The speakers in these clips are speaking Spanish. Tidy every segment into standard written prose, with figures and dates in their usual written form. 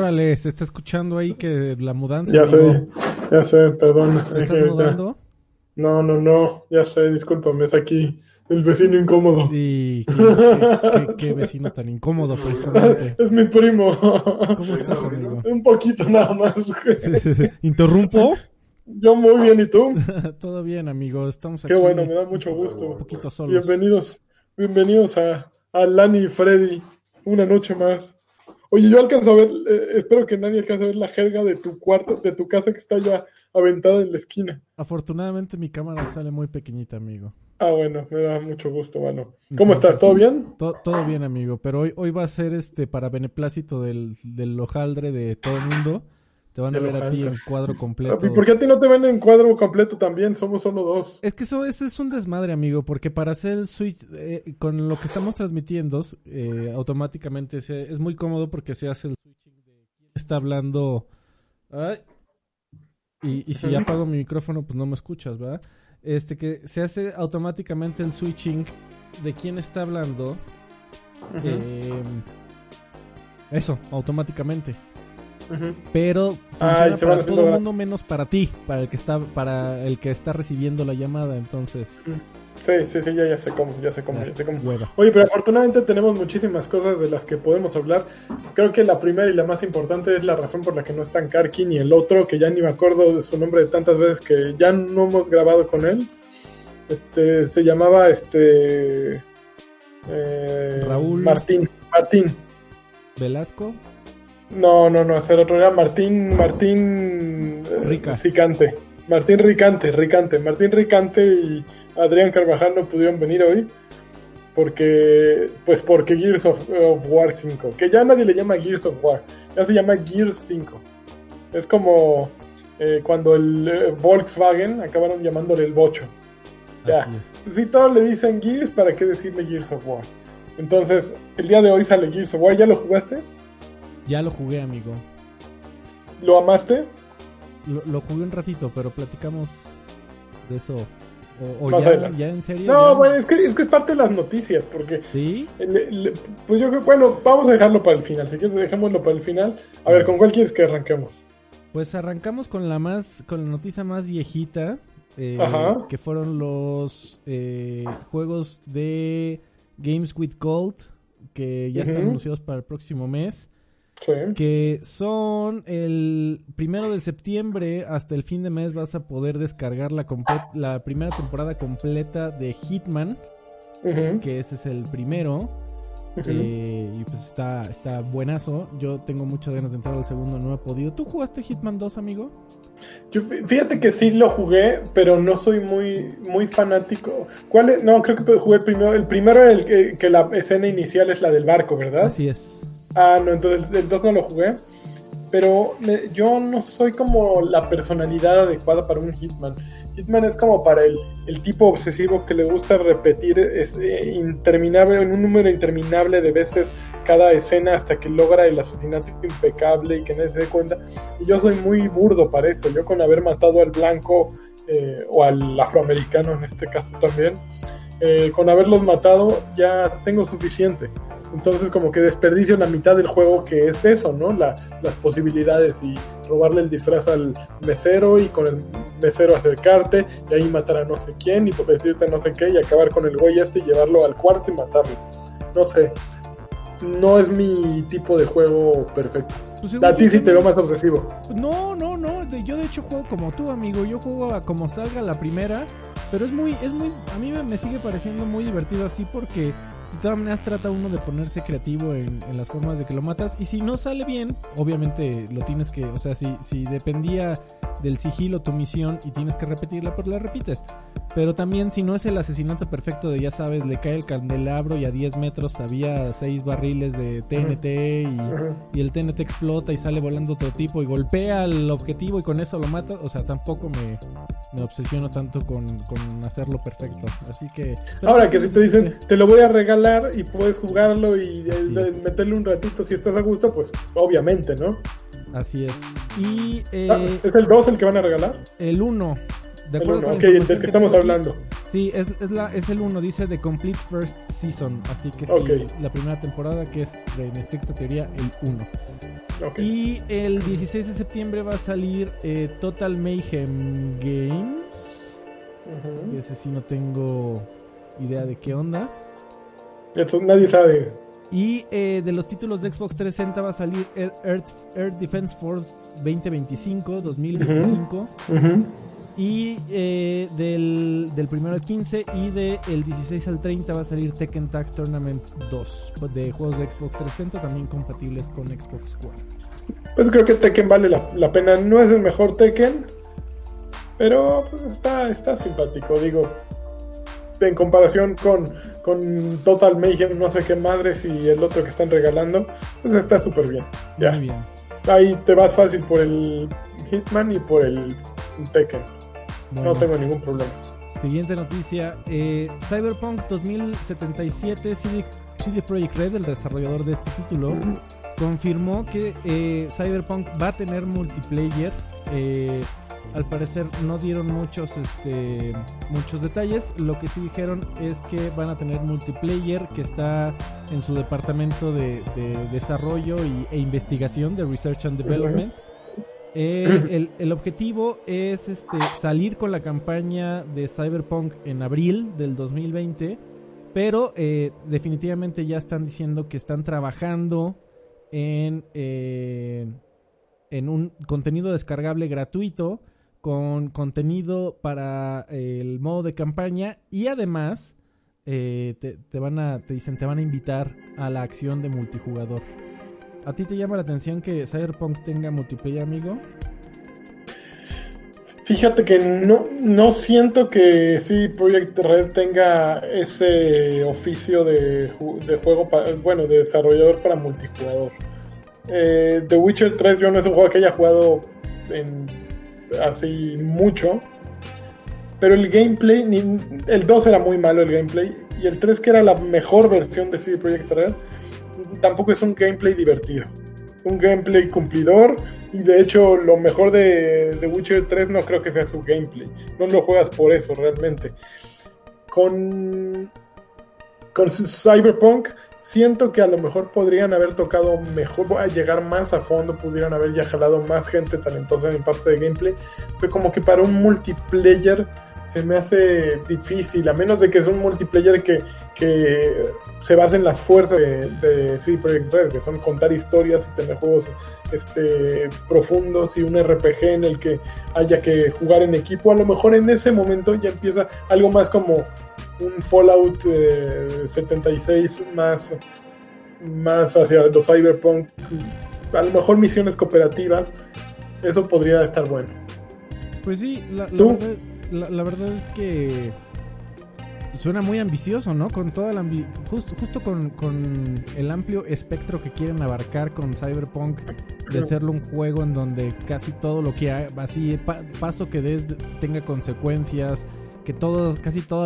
Órale, se está escuchando ahí que la mudanza. Ya sé, perdón. ¿Te estás mudando? No, ya sé, discúlpame, es aquí el vecino incómodo. Y qué vecino tan incómodo, precisamente. Es mi primo. ¿Cómo estás, amigo? Un poquito nada más. ¿Interrumpo? Yo muy bien, ¿y tú? Todo bien, amigo, estamos aquí. Qué bueno, me da mucho gusto. Un poquito solos. Bienvenidos a Lani y Freddy, una noche más. Oye, yo alcanzo a ver, espero que nadie alcance a ver la jerga de tu cuarto, de tu casa que está ya aventada en la esquina. Afortunadamente mi cámara sale muy pequeñita, amigo. Ah, bueno, me da mucho gusto, bueno. ¿Cómo estás? ¿Todo bien? Todo bien, amigo, pero hoy va a ser para beneplácito del hojaldre de todo el mundo. Te van a ver a ti en cuadro completo. ¿Y por qué a ti no te ven en cuadro completo también? Somos solo dos. Es que eso es un desmadre, amigo, porque para hacer el switch, con lo que estamos transmitiendo, automáticamente es muy cómodo porque se hace el switching de quién está hablando. Ay, y si apago mi micrófono, pues no me escuchas, ¿verdad? Que se hace automáticamente el switching de quién está hablando. Eso, automáticamente. Pero funciona para todo el mundo menos para ti, para el que está recibiendo la llamada, entonces. Sí, ya sé cómo. Hueva. Oye, pero afortunadamente tenemos muchísimas cosas de las que podemos hablar. Creo que la primera y la más importante es la razón por la que no están Karki ni el otro, que ya ni me acuerdo de su nombre de tantas veces que ya no hemos grabado con él. Se llamaba Raúl Martín Velasco. No, ese otro era Martín Rica. Cicante. Martín Ricante. Martín Ricante y Adrián Carvajal no pudieron venir hoy porque Gears of War 5, que ya nadie le llama Gears of War, ya se llama Gears 5. Es como cuando el Volkswagen acabaron llamándole el bocho. Ya, si todos le dicen Gears, ¿para qué decirle Gears of War? Entonces, el día de hoy sale Gears of War. ¿Ya lo jugaste? Ya lo jugué, amigo. ¿Lo amaste? Lo jugué un ratito, pero platicamos de eso. O ya en serio. No, ya... bueno, es que es parte de las noticias, porque... ¿Sí? Pues yo creo, bueno, vamos a dejarlo para el final. Si quieres, dejémoslo para el final. A ver, ¿con cuál quieres que arranquemos? Pues arrancamos con la noticia más viejita, que fueron los juegos de Games with Gold, que ya están anunciados para el próximo mes. Sí. Que son el 1 de septiembre hasta el fin de mes vas a poder descargar la primera temporada completa de Hitman, que ese es el primero. Y pues está buenazo. Yo tengo muchas ganas de entrar al segundo, no he podido. ¿Tú jugaste Hitman 2, amigo? Yo fíjate que sí lo jugué, pero no soy muy fanático. ¿Cuál es? No, creo que jugué el primero. El primero es el que la escena inicial es la del barco, ¿verdad? Así es. Ah, no, entonces el 2 no lo jugué. Pero yo no soy como la personalidad adecuada para un Hitman. Hitman es como para el tipo obsesivo que le gusta repetir interminable, en un número interminable de veces cada escena hasta que logra el asesinato impecable y que nadie se dé cuenta. Y yo soy muy burdo para eso. Yo con haber matado al blanco o al afroamericano en este caso también, con haberlos matado ya tengo suficiente. Entonces como que desperdicio la mitad del juego, que es eso, ¿no? Las posibilidades y robarle el disfraz al mesero y con el mesero acercarte y ahí matar a no sé quién y decirte no sé qué y acabar con el güey y llevarlo al cuarto y matarlo. No sé, no es mi tipo de juego perfecto. Pues a ti sí te veo más obsesivo. No, yo de hecho juego como tú, amigo. Yo juego a como salga la primera, pero es muy, a mí me sigue pareciendo muy divertido así porque de todas maneras trata uno de ponerse creativo en las formas de que lo matas. Y si no sale bien, obviamente lo tienes que... O sea, si dependía del sigilo tu misión y tienes que repetirla, pues la repites. Pero también si no es el asesinato perfecto de, ya sabes, le cae el candelabro y a 10 metros había 6 barriles de TNT y el TNT explota y sale volando otro tipo y golpea al objetivo y con eso lo mata. O sea, tampoco me obsesiono tanto con hacerlo perfecto. Así que... Ahora que si te dicen, te lo voy a regalar y puedes jugarlo y meterle un ratito si estás a gusto, pues obviamente, ¿no? Así es. Y ¿es el 2 el que van a regalar? El 1. De acuerdo, ok, del que estamos hablando. Sí, es el 1, dice The Complete First Season. Así que sí, la primera temporada, que es en estricta teoría el 1. Okay. Y el 16 de septiembre va a salir Total Mayhem Games. Ese sí no tengo idea de qué onda. Eso nadie sabe. Y de los títulos de Xbox 360 va a salir Earth Defense Force 2025. Y del 1 al 15 y del 16 al 30 va a salir Tekken Tag Tournament 2 de juegos de Xbox 360 también compatibles con Xbox One. Pues creo que Tekken vale la pena. No es el mejor Tekken, pero pues está simpático. Digo, en comparación con Total Mayhem, no sé qué madres, y el otro que están regalando, pues está súper bien. Ya. Muy bien. Ahí te vas fácil por el Hitman y por el Tekken. Bueno, no tengo ningún problema. Siguiente noticia. Cyberpunk 2077, CD Projekt Red, el desarrollador de este título, confirmó que Cyberpunk va a tener multiplayer. Al parecer no dieron muchos detalles. Lo que sí dijeron es que van a tener multiplayer, que está en su departamento de desarrollo e investigación de Research and Development. El objetivo es salir con la campaña de Cyberpunk en abril del 2020, pero definitivamente ya están diciendo que están trabajando en un contenido descargable gratuito, con contenido para el modo de campaña, y además te van a invitar a la acción de multijugador. ¿A ti te llama la atención que Cyberpunk tenga multiplayer, amigo? Fíjate que no siento que CD Projekt Red tenga ese oficio de juego de desarrollador para multijugador. The Witcher 3 yo no es un juego que haya jugado así mucho, pero el gameplay, el 2 era muy malo el gameplay, y el 3, que era la mejor versión de CD Projekt Red, tampoco es un gameplay divertido, un gameplay cumplidor. Y de hecho lo mejor de The Witcher 3 no creo que sea su gameplay, no lo juegas por eso realmente. Con Cyberpunk siento que a lo mejor podrían haber tocado mejor, a llegar más a fondo, pudieran haber ya jalado más gente talentosa en parte de gameplay, pero como que para un multiplayer se me hace difícil, a menos de que es un multiplayer que se base en las fuerzas de CD Projekt Red, que son contar historias y tener juegos profundos y un RPG en el que haya que jugar en equipo. A lo mejor en ese momento ya empieza algo más como un Fallout 76 más hacia los Cyberpunk, a lo mejor misiones cooperativas. Eso podría estar bueno. Pues sí, la verdad es que suena muy ambicioso, ¿no? Con toda justo con el amplio espectro que quieren abarcar con Cyberpunk, de hacerlo un juego en donde casi todo lo que hay, así paso que des tenga consecuencias, que casi todos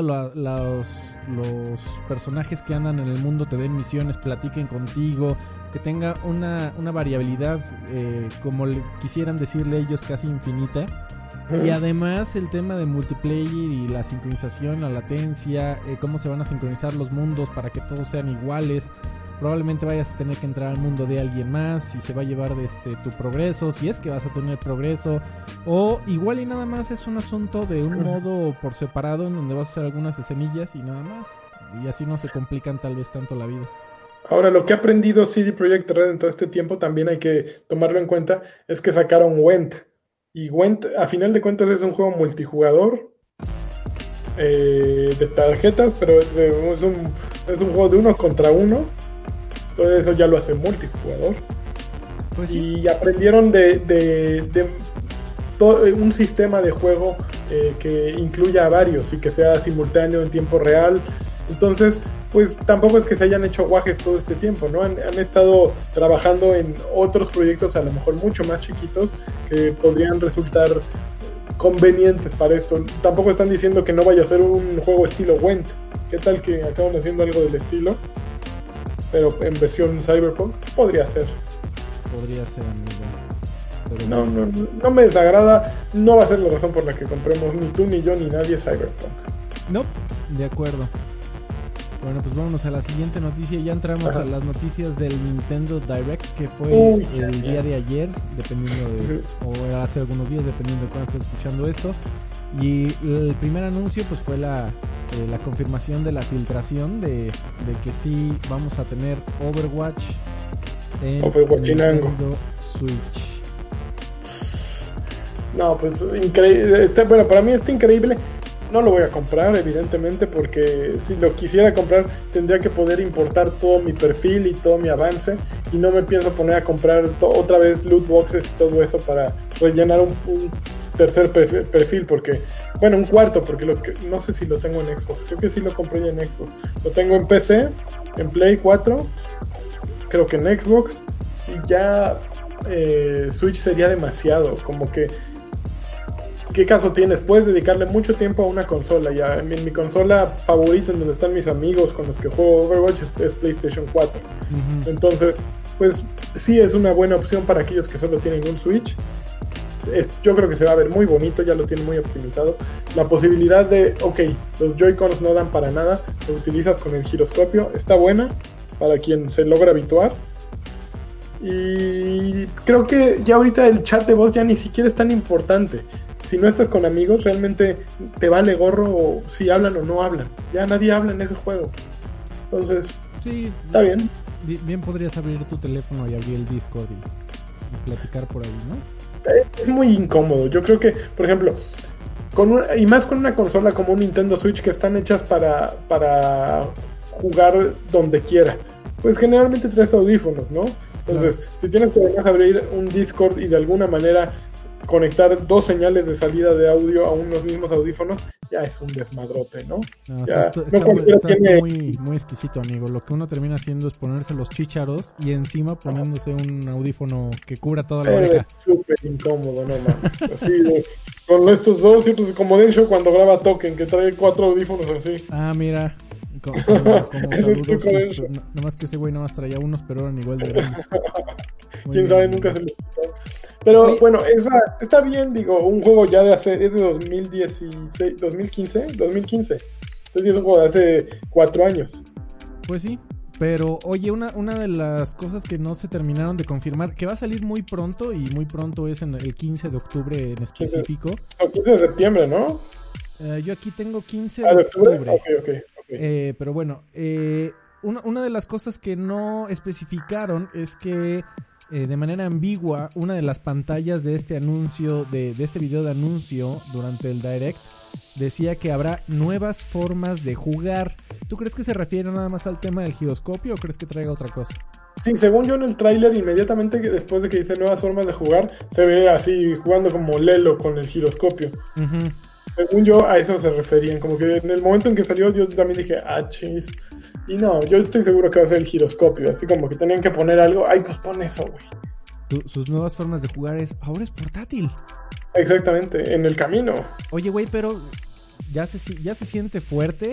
los personajes que andan en el mundo te den misiones, platiquen contigo, que tenga una variabilidad, como quisieran decirle ellos, casi infinita. Y además el tema de multiplayer y la sincronización, la latencia, cómo se van a sincronizar los mundos para que todos sean iguales. Probablemente vayas a tener que entrar al mundo de alguien más y se va a llevar tu progreso, si es que vas a tener progreso, o igual y nada más es un asunto de un modo por separado en donde vas a hacer algunas escenillas y nada más, y así no se complican tal vez tanto la vida. Ahora, lo que ha aprendido CD Projekt Red en todo este tiempo, también hay que tomarlo en cuenta, es que sacaron Gwent. Y Gwent, a final de cuentas, es un juego multijugador de tarjetas, pero es un juego de 1 contra 1. Todo eso ya lo hace multijugador. Pues sí. Y aprendieron de todo un sistema de juego que incluya a varios y que sea simultáneo en tiempo real. Entonces, pues tampoco es que se hayan hecho guajes todo este tiempo, ¿no? Han estado trabajando en otros proyectos a lo mejor mucho más chiquitos que podrían resultar convenientes para esto. Tampoco están diciendo que no vaya a ser un juego estilo Gwent. ¿Qué tal que acaban haciendo algo del estilo? Pero en versión Cyberpunk podría ser. Podría ser, amigo. Pero no me desagrada. No va a ser la razón por la que compremos ni tú, ni yo, ni nadie Cyberpunk. No, de acuerdo. Bueno, pues vámonos a la siguiente noticia. Ya entramos a las noticias del Nintendo Direct, que fue el día de ayer, dependiendo de, o hace algunos días, dependiendo de cuándo estés escuchando esto. Y el primer anuncio pues fue la confirmación de la filtración de que sí vamos a tener Overwatch en Nintendo Switch. No, pues increíble. Bueno, para mí está increíble. No lo voy a comprar, evidentemente, porque si lo quisiera comprar tendría que poder importar todo mi perfil y todo mi avance, y no me pienso poner a comprar otra vez loot boxes y todo eso para rellenar un tercer perfil, porque, bueno, un cuarto, porque no sé si lo tengo en Xbox, creo que sí lo compré ya en Xbox, lo tengo en PC, en Play 4, creo que en Xbox, y ya Switch sería demasiado, como que ¿qué caso tienes? Puedes dedicarle mucho tiempo a una consola. Ya en mi consola favorita, en donde están mis amigos con los que juego Overwatch, es PlayStation 4. Uh-huh. Entonces, pues sí es una buena opción para aquellos que solo tienen un Switch. Yo creo que se va a ver muy bonito, ya lo tiene muy optimizado. La posibilidad de, los Joy-Cons no dan para nada, lo utilizas con el giroscopio, está buena para quien se logra habituar. Y creo que ya ahorita el chat de voz ya ni siquiera es tan importante. Si no estás con amigos, realmente te vale gorro si hablan o no hablan. Ya nadie habla en ese juego. Entonces, sí, está bien. Bien podrías abrir tu teléfono y abrir el Discord y platicar por ahí, ¿no? Es muy incómodo. Yo creo que, por ejemplo, y más con una consola como un Nintendo Switch, que están hechas para jugar donde quiera, pues generalmente traes audífonos, ¿no? Entonces, si tienes que además abrir un Discord y de alguna manera conectar dos señales de salida de audio a unos mismos audífonos, ya es un desmadrote, ¿no? Estás muy exquisito, amigo. Lo que uno termina haciendo es ponerse los chícharos y encima poniéndose un audífono que cubra toda la oreja. Es súper incómodo, no mames. Así, con estos dos y otros, como Densho cuando graba Token, que trae 4 audífonos así. Ah, mira. Como nomás que ese güey nomás traía unos, pero eran igual de grandes. Quién sabe, nunca se les quitó. Pero bueno, está bien, digo, un juego ya es de 2016, 2015. Entonces es un juego de hace 4 años. Pues sí, pero oye, una de las cosas que no se terminaron de confirmar, que va a salir muy pronto, y muy pronto es en el 15 de octubre en específico. 15 de septiembre, ¿no? Yo aquí tengo 15 de octubre. Okay. Pero bueno, una de las cosas que no especificaron es que de manera ambigua, una de las pantallas de este anuncio, de este video de anuncio durante el Direct, decía que habrá nuevas formas de jugar. ¿Tú crees que se refiere nada más al tema del giroscopio o crees que traiga otra cosa? Sí, según yo en el tráiler, inmediatamente después de que dice nuevas formas de jugar, se ve así jugando como Lelo con el giroscopio. Uh-huh. Según yo, a eso se referían, como que en el momento en que salió yo también dije, chis. Y no, yo estoy seguro que va a ser el giroscopio, así como que tenían que poner algo, pues pon eso, güey. Sus nuevas formas de jugar ahora es portátil. Exactamente, en el camino. Oye, güey, pero ya se siente fuerte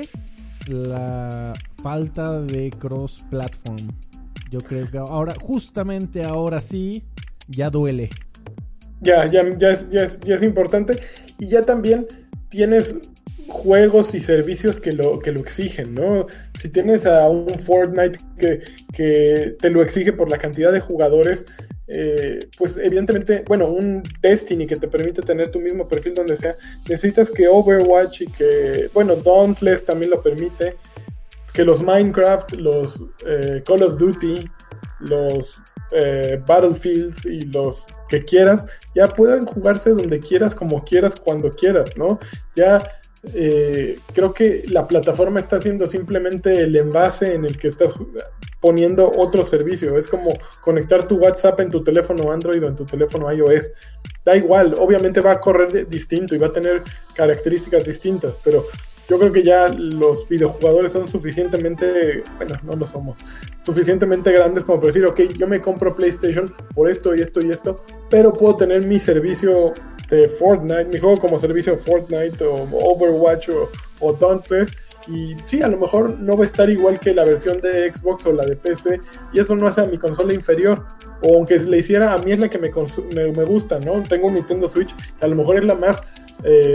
la falta de cross-platform. Yo creo que justamente ahora sí, ya duele. Ya es importante, y ya también tienes juegos y servicios que lo exigen, ¿no? Si tienes a un Fortnite que te lo exige por la cantidad de jugadores, pues evidentemente, bueno, un Destiny que te permite tener tu mismo perfil donde sea, necesitas que Overwatch y que, bueno, Dauntless también lo permite, que los Minecraft, los Call of Duty, los Battlefield y los que quieras, ya puedan jugarse donde quieras, como quieras, cuando quieras, ¿no? Ya creo que la plataforma está siendo simplemente el envase en el que estás poniendo otro servicio. Es como conectar tu WhatsApp en tu teléfono Android o en tu teléfono iOS. Da igual, obviamente va a correr distinto y va a tener características distintas, pero yo creo que ya los videojugadores son suficientemente, bueno, no lo somos, suficientemente grandes como para decir, yo me compro PlayStation por esto y esto y esto, pero puedo tener mi servicio de Fortnite, mi juego como servicio Fortnite o Overwatch o Dauntless, y sí, a lo mejor no va a estar igual que la versión de Xbox o la de PC, y eso no hace a mi consola inferior, o aunque le hiciera, a mí es la que me gusta, ¿no? Tengo un Nintendo Switch, a lo mejor es la más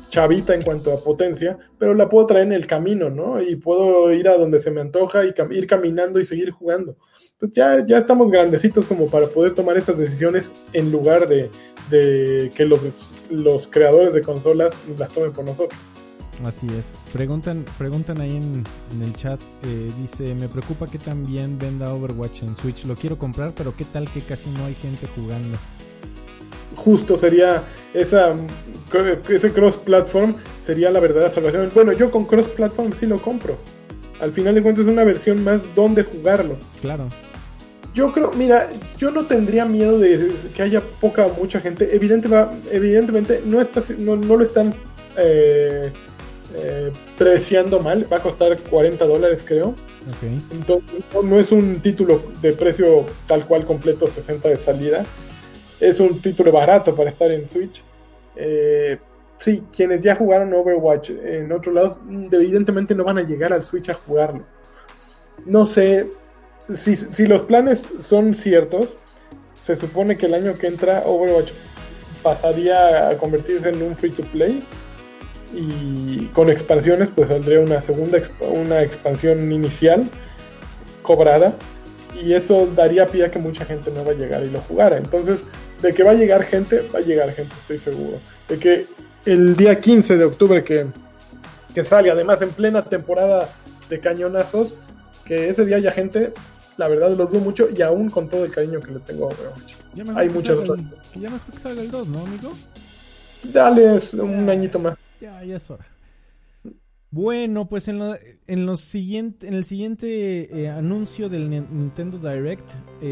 chavita en cuanto a potencia, pero la puedo traer en el camino, ¿no? Y puedo ir a donde se me antoja y ir caminando y seguir jugando. Pues ya estamos grandecitos como para poder tomar esas decisiones en lugar de que los creadores de consolas las tomen por nosotros. Así es. Preguntan ahí en el chat, dice, me preocupa que también venda Overwatch en Switch. Lo quiero comprar, pero ¿qué tal que casi no hay gente jugando? Justo sería ese cross-platform, sería la verdadera salvación. Bueno, yo con cross-platform sí lo compro. Al final de cuentas es una versión más donde jugarlo. Claro. Yo creo, mira, yo no tendría miedo de que haya poca o mucha gente. Evidentemente no lo están preciando mal. Va a costar $40, creo. Okay. Entonces no es un título de precio tal cual completo, 60 de salida. Es un título barato para estar en Switch. Sí, quienes ya jugaron Overwatch en otros lados, evidentemente no van a llegar al Switch a jugarlo. No sé, si los planes son ciertos, se supone que el año que entra Overwatch pasaría a convertirse en un free to play, y con expansiones pues saldría una expansión inicial cobrada, y eso daría pie a que mucha gente no va a llegar y lo jugara. Entonces, de que va a llegar gente, estoy seguro. De que el día 15 de octubre que sale, además en plena temporada de cañonazos, que ese día haya gente, la verdad lo dudo mucho, y aún con todo el cariño que le tengo a Overwatch. Hay muchas otras. Ya mejor que salga el 2, ¿no, amigo? Dale un añito más. Ya es hora. Bueno, pues en el siguiente anuncio del Nintendo Direct,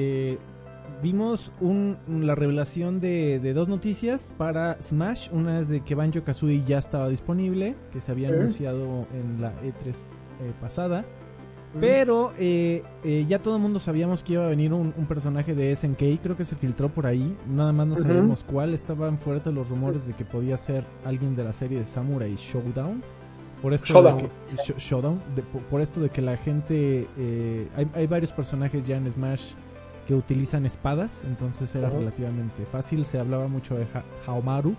vimos la revelación de dos noticias para Smash. Una es de que Banjo-Kazooie ya estaba disponible, que se había anunciado en la E3 pasada. Pero ya todo el mundo sabíamos que iba a venir un personaje de SNK. Creo que se filtró por ahí. Nada más no sabemos cuál. Estaban fuertes los rumores de que podía ser alguien de la serie de Samurai Showdown. Por esto por esto de que la gente... hay varios personajes ya en Smash que utilizan espadas. Entonces era relativamente fácil. Se hablaba mucho de Haomaru.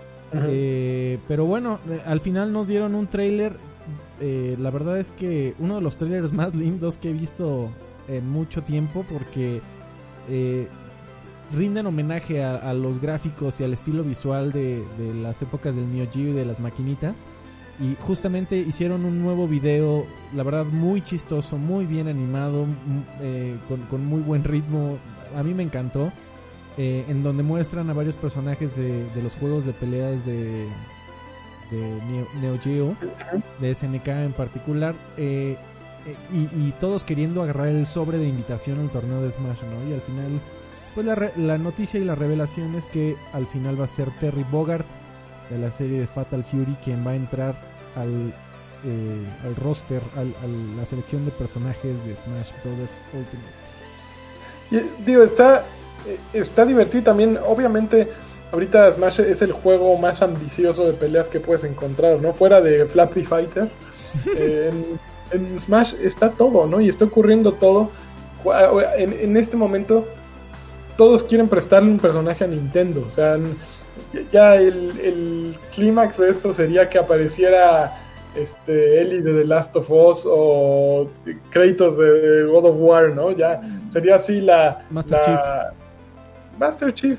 Pero bueno, al final nos dieron un tráiler. La verdad es que uno de los trailers más lindos que he visto en mucho tiempo, porque rinden homenaje a los gráficos y al estilo visual de las épocas del Neo Geo y de las maquinitas, y justamente hicieron un nuevo video, la verdad muy chistoso, muy bien animado, con muy buen ritmo. A mí me encantó, en donde muestran a varios personajes de los juegos de peleas de Neo Geo, de SNK en particular, y todos queriendo agarrar el sobre de invitación al torneo de Smash, ¿no? Y al final, pues la noticia y la revelación es que al final va a ser Terry Bogard de la serie de Fatal Fury quien va a entrar al roster, a la selección de personajes de Smash Brothers Ultimate. Y, digo, está divertido también. Obviamente ahorita Smash es el juego más ambicioso de peleas que puedes encontrar, ¿no? Fuera de Flappy Fighter. En Smash está todo, ¿no? Y está ocurriendo todo. En este momento todos quieren prestarle un personaje a Nintendo. O sea, ya el clímax de esto sería que apareciera Ellie de The Last of Us o Kratos de God of War, ¿no? Ya sería así Master Chief.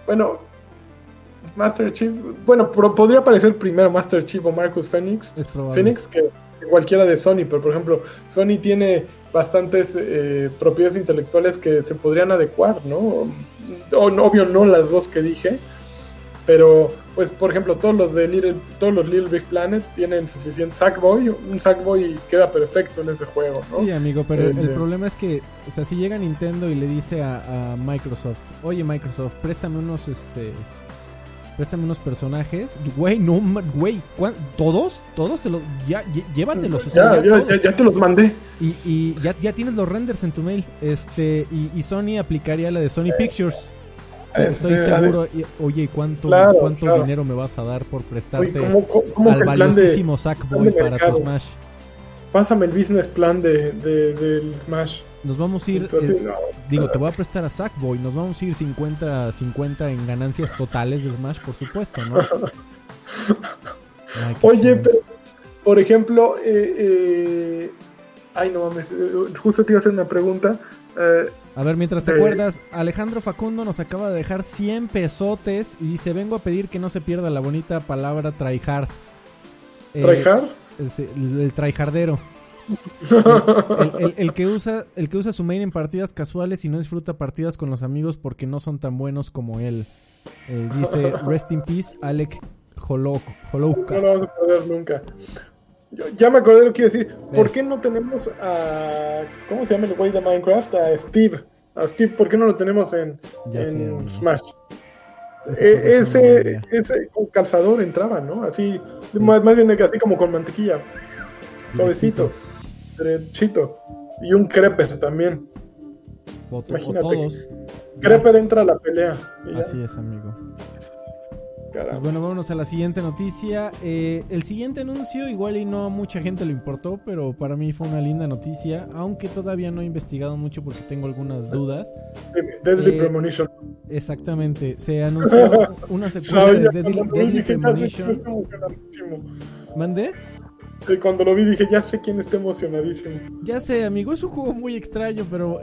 Bueno, podría aparecer primero Master Chief o Marcus Phoenix. Es probable. Phoenix que cualquiera de Sony, pero por ejemplo, Sony tiene bastantes propiedades intelectuales que se podrían adecuar, ¿no? Obvio no las dos que dije, pero pues por ejemplo todos los Little Big Planet tienen suficiente Sackboy. Un Sackboy queda perfecto en ese juego, ¿no? Sí, amigo, pero el problema es que, o sea, si llega Nintendo y le dice a Microsoft, oye Microsoft, préstame unos personajes, güey, todos te los, llévatelos, o sea, ya te los mandé, y ya tienes los renders en tu mail, y Sony aplicaría la de Sony Pictures. Estoy seguro. Oye, ¿cuánto dinero me vas a dar por prestarte al valiosísimo Sackboy para tu Smash? Pásame el business plan del Smash. Nos vamos a ir, te voy a prestar a Sackboy, nos vamos a ir 50-50 en ganancias totales de Smash, por supuesto, ¿no? Ay, qué Oye, chido. pero, por ejemplo, ay, no mames, justo te iba a hacer una pregunta. A ver, mientras te acuerdas, Alejandro Facundo nos acaba de dejar 100 pesotes y dice, vengo a pedir que no se pierda la bonita palabra tryhard. ¿Tryhard? El tryhardero. El que usa su main en partidas casuales y no disfruta partidas con los amigos porque no son tan buenos como él. Dice, rest in peace, Alec Holouka. No lo vamos a perder nunca. Ya me acordé de lo que iba a decir. ¿Por qué no tenemos a... ¿Cómo se llama el güey de Minecraft? A Steve. ¿Por qué no lo tenemos en Smash? Ese con calzador entraba, ¿no? Así, sí. más bien así como con mantequilla. Suavecito. Derechito. Y un creeper también. Imagínate. Creeper entra a la pelea. Así es, amigo. Pues bueno, vámonos a la siguiente noticia. El siguiente anuncio igual y no a mucha gente le importó, pero para mí fue una linda noticia, aunque todavía no he investigado mucho porque tengo algunas dudas. Deadly Premonition. Exactamente, se anunció una secuela de Deadly Premonition. ¿Mandé? Cuando lo vi dije, ya sé quién está emocionadísimo. Ya sé, amigo, es un juego muy extraño, pero...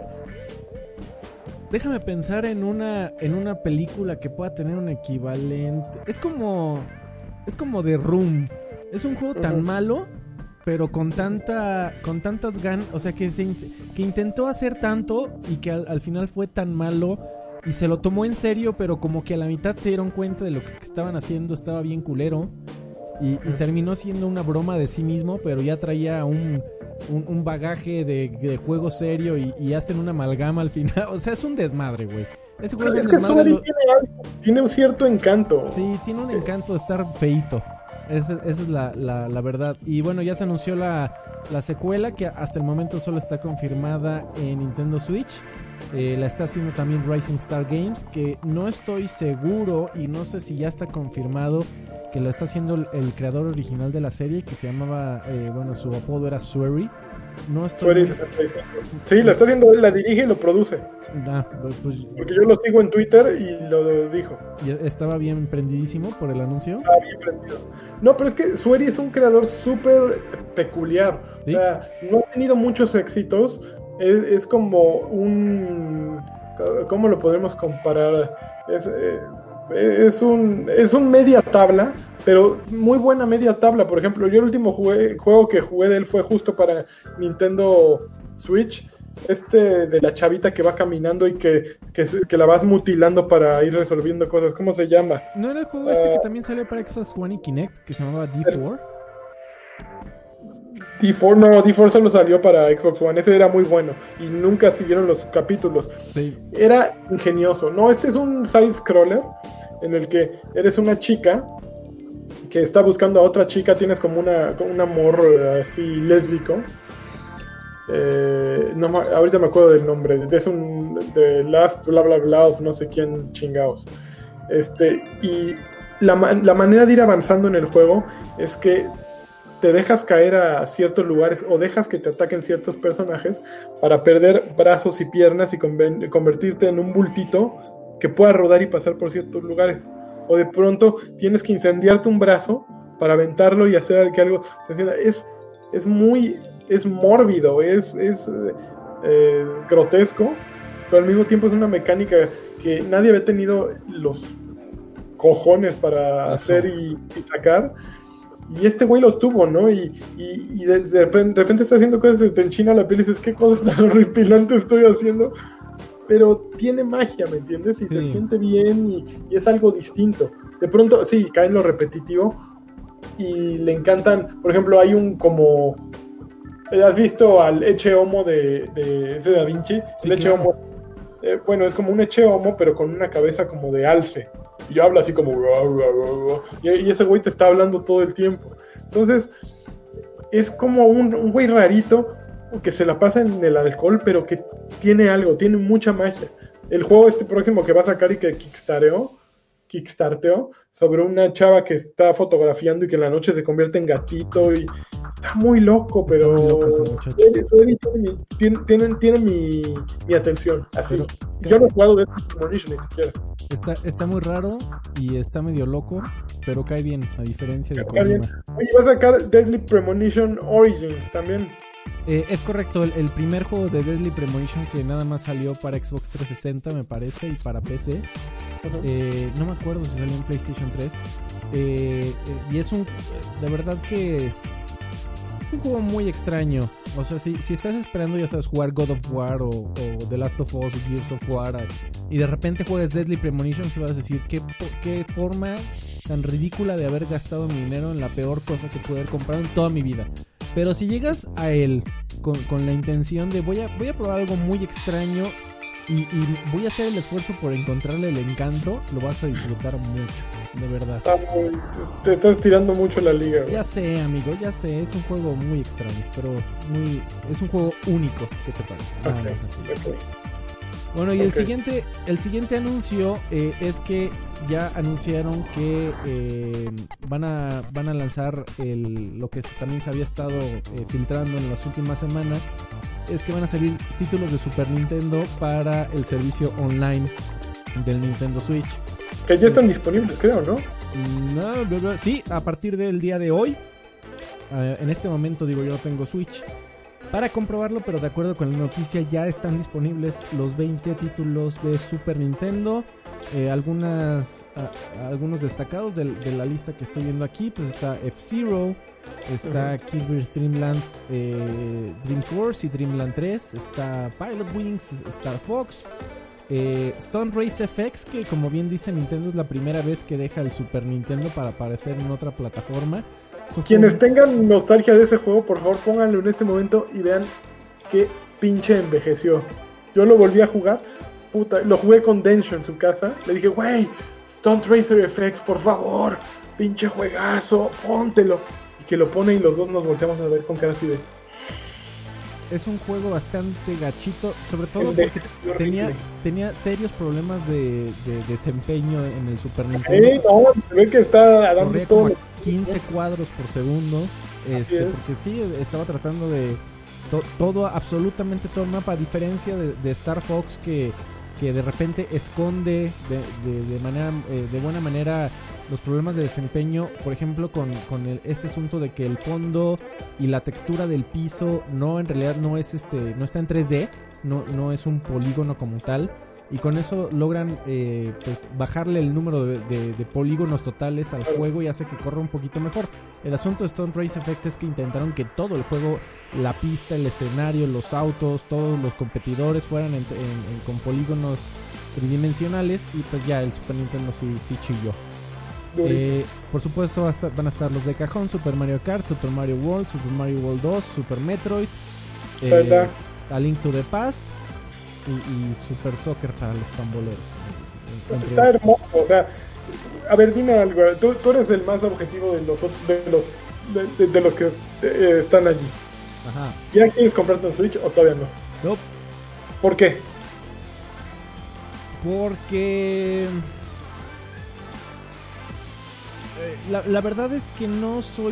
déjame pensar en una película que pueda tener un equivalente. Es como The Room. Es un juego tan malo, pero con tantas ganas, o sea, que intentó hacer tanto y que al final fue tan malo y se lo tomó en serio, pero como que a la mitad se dieron cuenta de lo que estaban haciendo estaba bien culero y terminó siendo una broma de sí mismo, pero ya traía un bagaje de juego serio y hacen una amalgama al final. O sea, es un desmadre, güey. Ese juego es que Sony tiene un cierto encanto. Sí, tiene un encanto de estar feíto. Esa es la verdad. Y bueno, ya se anunció la secuela, que hasta el momento solo está confirmada en Nintendo Switch. La está haciendo también Rising Star Games, que no estoy seguro y no sé si ya está confirmado que lo está haciendo el creador original de la serie, que se llamaba, su apodo era Swery. No estoy... Sí, la está haciendo él, la dirige y lo produce. Pues, porque yo lo sigo en Twitter y lo dijo. Estaba bien prendidísimo por el anuncio. Estaba bien prendido. No, pero es que Swery es un creador súper peculiar. ¿Sí? O sea, no ha tenido muchos éxitos. Es como un... ¿Cómo lo podemos comparar? Es un media tabla, pero muy buena media tabla. Por ejemplo, yo el último juego que jugué de él fue justo para Nintendo Switch, de la chavita que va caminando y que la vas mutilando para ir resolviendo cosas. ¿Cómo se llama? ¿No era el juego que también salió para Xbox One y Kinect, que se llamaba D4? D4 solo salió para Xbox One. Ese era muy bueno y nunca siguieron los capítulos. Sí. Era ingenioso. No, este es un side-scroller en el que eres una chica que está buscando a otra chica. Tienes como un amor así lésbico. Ahorita me acuerdo del nombre. Es de Last bla bla bla of no sé quién chingaos. Y la manera de ir avanzando en el juego es que te dejas caer a ciertos lugares o dejas que te ataquen ciertos personajes para perder brazos y piernas y convertirte en un bultito que pueda rodar y pasar por ciertos lugares. O de pronto tienes que incendiarte un brazo para aventarlo y hacer que algo se encienda. Es mórbido, es grotesco, pero al mismo tiempo es una mecánica que nadie había tenido los cojones para hacer y sacar. Y este güey los tuvo, ¿no? Y de repente está haciendo cosas, se te enchina la piel y dices, ¿qué cosas tan horripilantes estoy haciendo? Pero tiene magia, ¿me entiendes? Y se siente bien y es algo distinto. De pronto, sí, cae en lo repetitivo y le encantan. Por ejemplo, hay un como... ¿Has visto al Eche Homo de Da Vinci? Sí, el Eche Homo. Bueno, es como un Eche Homo, pero con una cabeza como de alce. Y habla así como... Y ese güey te está hablando todo el tiempo. Entonces, es como un güey rarito que se la pasa en el alcohol, pero que tiene algo, tiene mucha magia. El juego próximo que va a sacar y que kickstarteó sobre una chava que está fotografiando y que en la noche se convierte en gatito y está muy loco, pero tiene mi atención, así. Pero, yo no he jugado de Premonition ni siquiera. Está muy raro y está medio loco. pero cae bien, a diferencia de Está bien. Kojima. Oye, va a sacar Deadly Premonition Origins también. Es correcto, el primer juego de Deadly Premonition que nada más salió para Xbox 360, me parece, y para PC. No me acuerdo si salió en PlayStation 3. Y es de verdad que un juego muy extraño. O sea, si estás esperando, ya sabes, jugar God of War o The Last of Us o Gears of War, y de repente juegas Deadly Premonition, si vas a decir qué forma tan ridícula de haber gastado mi dinero en la peor cosa que pude haber comprado en toda mi vida. Pero si llegas a él con la intención de voy a probar algo muy extraño y voy a hacer el esfuerzo por encontrarle el encanto, lo vas a disfrutar mucho, de verdad. Te estás tirando mucho la liga, güey. Ya sé, amigo, ya sé, es un juego muy extraño, pero es un juego único, ¿qué te parece? Okay. Bueno, y el siguiente anuncio es que ya anunciaron que van a lanzar lo que también se había estado filtrando en las últimas semanas, es que van a salir títulos de Super Nintendo para el servicio online del Nintendo Switch. Que ya están disponibles, creo, ¿no? Sí, a partir del día de hoy. En este momento, yo no tengo Switch para comprobarlo, pero de acuerdo con la noticia ya están disponibles los 20 títulos de Super Nintendo. Algunos destacados de la lista que estoy viendo aquí, pues está F-Zero, está Kirby's Dream Land, Dream Course y Dreamland 3, está Pilot Wings, Star Fox, Stunt Race FX, que como bien dice Nintendo es la primera vez que deja el Super Nintendo para aparecer en otra plataforma. Quienes tengan nostalgia de ese juego, por favor pónganlo en este momento y vean qué pinche envejeció. Yo lo volví a jugar, lo jugué con Densho en su casa, le dije, güey, Stunt Racer FX, por favor, pinche juegazo, póntelo. Y que lo pone y los dos nos volteamos a ver con cara así de... Es un juego bastante gachito, sobre todo porque tenía serios problemas de desempeño en el Super Nintendo. No, se ve que está dando todo. 15 cuadros por segundo, porque sí, estaba tratando de absolutamente todo el mapa, a diferencia de Star Fox que de repente esconde de buena manera los problemas de desempeño, por ejemplo con este asunto de que el fondo y la textura del piso en realidad no está en 3D, no es un polígono como tal, y con eso logran pues bajarle el número de polígonos totales al juego y hace que corra un poquito mejor. El asunto de Stunt Race FX es que intentaron que todo el juego, la pista, el escenario, los autos, todos los competidores fueran con polígonos tridimensionales, y pues ya el Super Nintendo sí chilló. Por supuesto van a estar los de cajón: Super Mario Kart, Super Mario World, Super Mario World 2, Super Metroid, A Link to the Past y Super Soccer para los pamboleros. Está hermoso, o sea, a ver, dime algo, tú eres el más objetivo de los de los que están allí. Ajá. ¿Ya quieres comprarte un Switch o todavía no? No. ¿Por qué? Porque la verdad es que no soy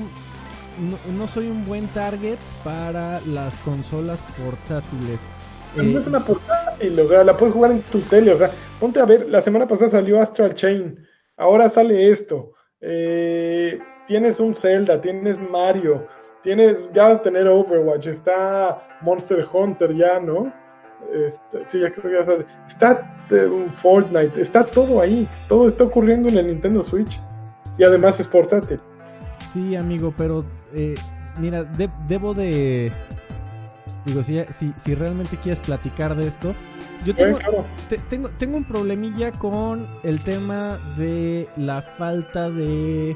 un buen target para las consolas portátiles. No es una portátil, o sea, la puedes jugar en tu tele, o sea, ponte a ver, la semana pasada salió Astral Chain, ahora sale esto, tienes un Zelda, tienes Mario, ya vas a tener Overwatch, está Monster Hunter ya, ¿no? Sí, ya creo que ya sale, está Fortnite, está todo ahí, todo está ocurriendo en el Nintendo Switch, y además es portátil. Sí, amigo, pero mira, debo de... Digo, si realmente quieres platicar de esto, yo tengo un problemilla con el tema de la falta de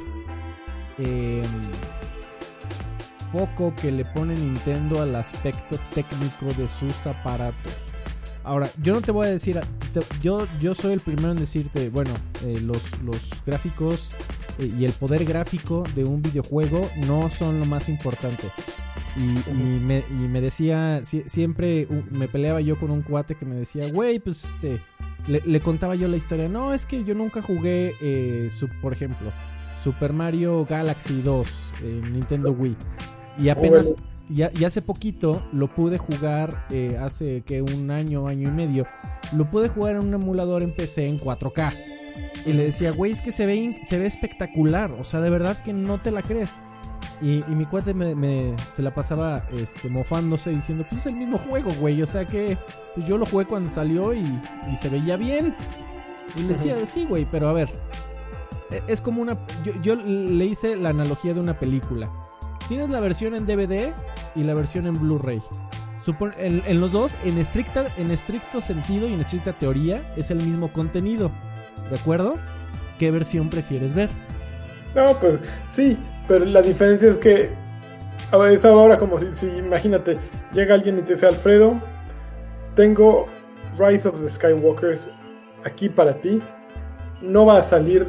foco que le pone Nintendo al aspecto técnico de sus aparatos. Ahora, yo no te voy a decir, yo soy el primero en decirte, bueno, los gráficos y el poder gráfico de un videojuego no son lo más importante. Y me decía, siempre me peleaba yo con un cuate que me decía, güey, pues le contaba yo la historia. No, es que yo nunca jugué, por ejemplo, Super Mario Galaxy 2 en Nintendo Wii. Y apenas, y hace poquito lo pude jugar, hace que un año y medio, lo pude jugar en un emulador en PC en 4K. Y le decía, güey, es que se ve espectacular. O sea, de verdad que no te la crees. Y mi cuate se la pasaba mofándose diciendo, pues es el mismo juego, güey. O sea que pues yo lo jugué cuando salió y se veía bien. Y le decía, sí, güey, pero a ver. Es como una... Yo le hice la analogía de una película. Tienes la versión en DVD y la versión en Blu-ray. En los dos, en estricto sentido y en estricta teoría, es el mismo contenido. ¿De acuerdo? ¿Qué versión prefieres ver? No, pues sí, pero la diferencia es que es ahora como si imagínate, llega alguien y te dice, Alfredo, tengo Rise of the Skywalkers aquí para ti. No va a salir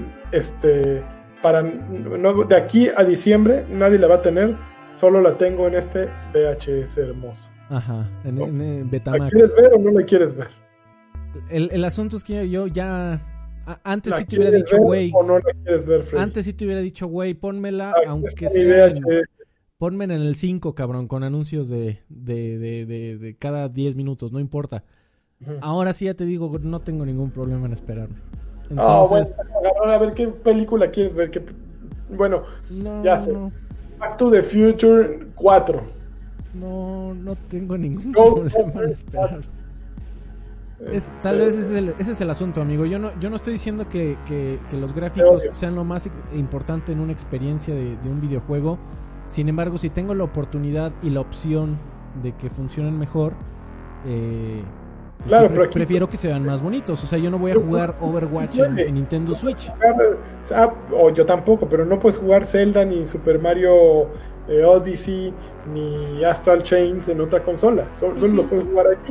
de aquí a diciembre, nadie la va a tener, solo la tengo en este VHS hermoso. Ajá, en Betamax. ¿La quieres ver o no la quieres ver? El asunto es que yo ya... Antes sí te hubiera dicho, güey. ¿O no la quieres ver, Freddy? Antes sí te hubiera dicho, güey, pónmela, aunque sea. Ponme en el 5, cabrón, con anuncios de cada 10 minutos, no importa. Uh-huh. Ahora sí ya te digo, no tengo ningún problema en esperarme. Entonces, bueno, a ver qué película quieres ver. Bueno, ya sé. Back to the Future 4. No tengo ningún problema en esperar. Tal vez ese es el asunto, amigo. Yo no estoy diciendo que los gráficos sean lo más importante en una experiencia de un videojuego. Sin embargo, si tengo la oportunidad y la opción de que funcionen mejor, claro, pero prefiero que se vean más bonitos. O sea, yo no voy a jugar Overwatch en Nintendo Switch. O yo tampoco, pero no puedes jugar Zelda ni Super Mario Odyssey ni Astral Chains en otra consola. Solo los puedes jugar aquí.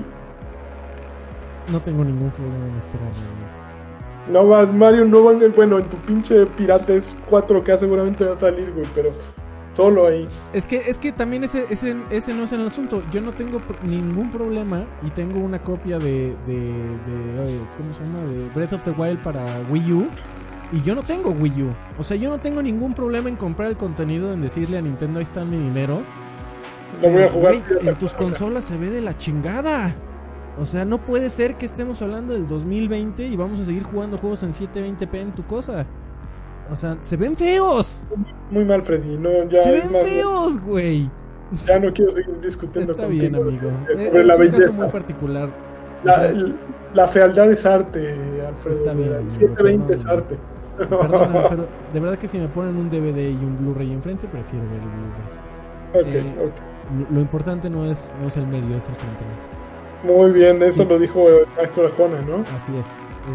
No tengo ningún problema en esperarme. No vas, Mario, no van. Bueno, en tu pinche Pirates 4K seguramente va a salir, güey, pero solo ahí. Es que también ese no es el asunto. Yo no tengo ningún problema y tengo una copia de ¿cómo se llama? De Breath of the Wild para Wii U. Y yo no tengo Wii U. O sea, yo no tengo ningún problema en comprar el contenido, en decirle a Nintendo, ahí está mi dinero. Lo voy a jugar. Güey, en tus consolas se ve de la chingada. O sea, no puede ser que estemos hablando del 2020 y vamos a seguir jugando juegos en 720p en tu cosa. O sea, se ven feos. Muy mal, Freddy. No, ya se ven feos, güey. Ya no quiero seguir discutiendo Está contigo. Está bien, amigo. Es un caso muy particular. La fealdad es arte, Alfredo. Está bien, amigo, 720 es arte. Perdona, pero de verdad que si me ponen un DVD y un Blu-ray enfrente, prefiero ver el Blu-ray. Okay. Lo importante no es el medio, es el contenido. Muy bien, eso lo dijo el maestro Arjona, ¿no? Así es.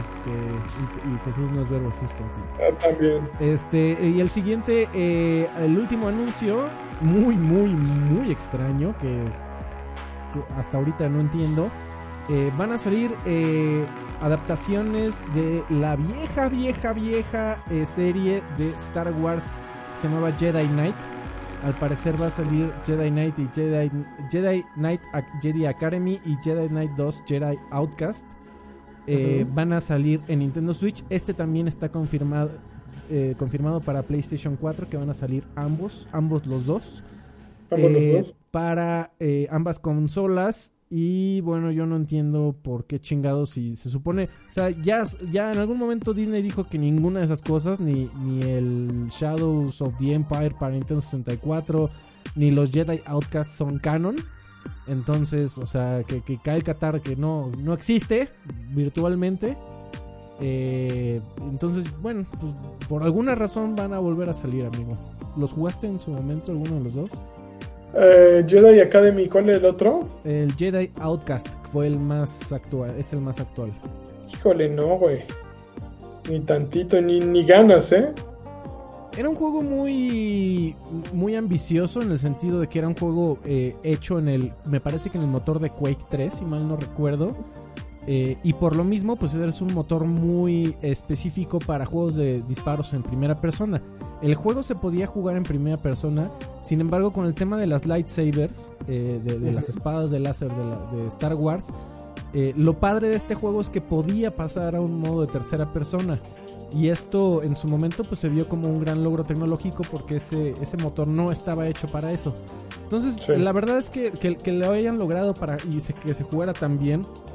Y Jesús no es verbo sustantivo. También. Y el siguiente, el último anuncio, muy, muy, muy extraño, que hasta ahorita no entiendo. Van a salir adaptaciones de la vieja serie de Star Wars que se llamaba Jedi Knight. Al parecer va a salir Jedi Knight y Jedi Knight Jedi Academy y Jedi Knight 2 Jedi Outcast. Van a salir en Nintendo Switch. También está confirmado para PlayStation 4, que van a salir ambos los dos. Para ambas consolas. Y bueno, yo no entiendo por qué chingados, si se supone, o sea, ya en algún momento Disney dijo que ninguna de esas cosas, ni el Shadows of the Empire para Nintendo 64, ni los Jedi Outcast son canon. Entonces, o sea, que cae el Qatar, que no existe virtualmente. Entonces, bueno, pues por alguna razón van a volver a salir, amigo. ¿Los jugaste en su momento, alguno de los dos? Jedi Academy, ¿cuál es el otro? El Jedi Outcast fue el más actual, es el más actual. Híjole, no, güey. Ni tantito, ni ganas, ¿eh? Era un juego muy muy ambicioso, en el sentido de que era un juego hecho me parece que en el motor de Quake 3, si mal no recuerdo. Y por lo mismo, pues es un motor muy específico para juegos de disparos en primera persona. El juego se podía jugar en primera persona, sin embargo, con el tema de las lightsabers, de las espadas de láser de Star Wars, lo padre de este juego es que podía pasar a un modo de tercera persona. Y esto en su momento pues se vio como un gran logro tecnológico, porque ese motor no estaba hecho para eso. Entonces, sí, la verdad es que lo hayan logrado que se jugara tan bien.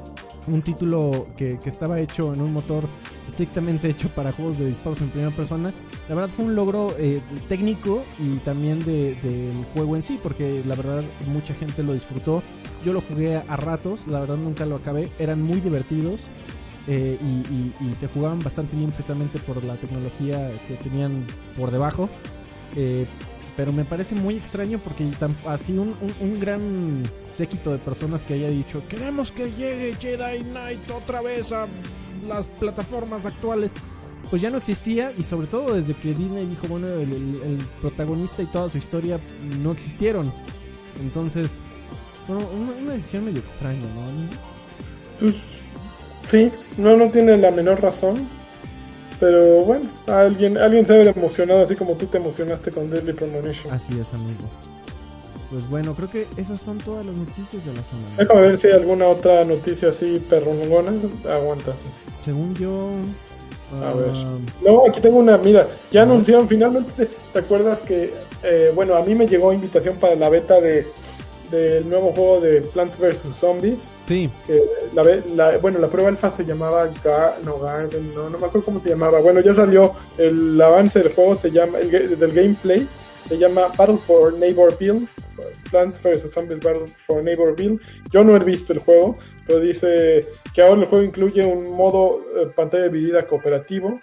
un título que estaba hecho en un motor estrictamente hecho para juegos de disparos en primera persona. La verdad fue un logro técnico y también del juego en sí, porque la verdad mucha gente lo disfrutó. Yo lo jugué a ratos, la verdad nunca lo acabé, eran muy divertidos. Y se jugaban bastante bien precisamente por la tecnología que tenían por debajo, pero me parece muy extraño porque así un gran séquito de personas que haya dicho queremos que llegue Jedi Knight otra vez a las plataformas actuales, pues ya no existía, y sobre todo desde que Disney dijo bueno, el protagonista y toda su historia no existieron. Entonces bueno, una decisión medio extraña, ¿no? Pues sí, no tiene la menor razón. Pero bueno, alguien se ve emocionado así como tú te emocionaste con Deadly Premonition. Así es, amigo. Pues bueno, creo que esas son todas las noticias de la semana. Déjame ver si hay alguna otra noticia así perrongona. Aguanta. Según yo... A ver. No, aquí tengo una, mira, ya anunciaron finalmente. ¿Te acuerdas que, bueno, a mí me llegó invitación para la beta del nuevo juego de Plants vs Zombies? Sí. Que la prueba alfa se llamaba Garden, no me acuerdo cómo se llamaba. Bueno, ya salió el avance del juego, se llama del gameplay, se llama Battle for Neighborville, Plants vs Zombies Battle for Neighborville. Yo no he visto el juego, pero dice que ahora el juego incluye un modo pantalla dividida cooperativo.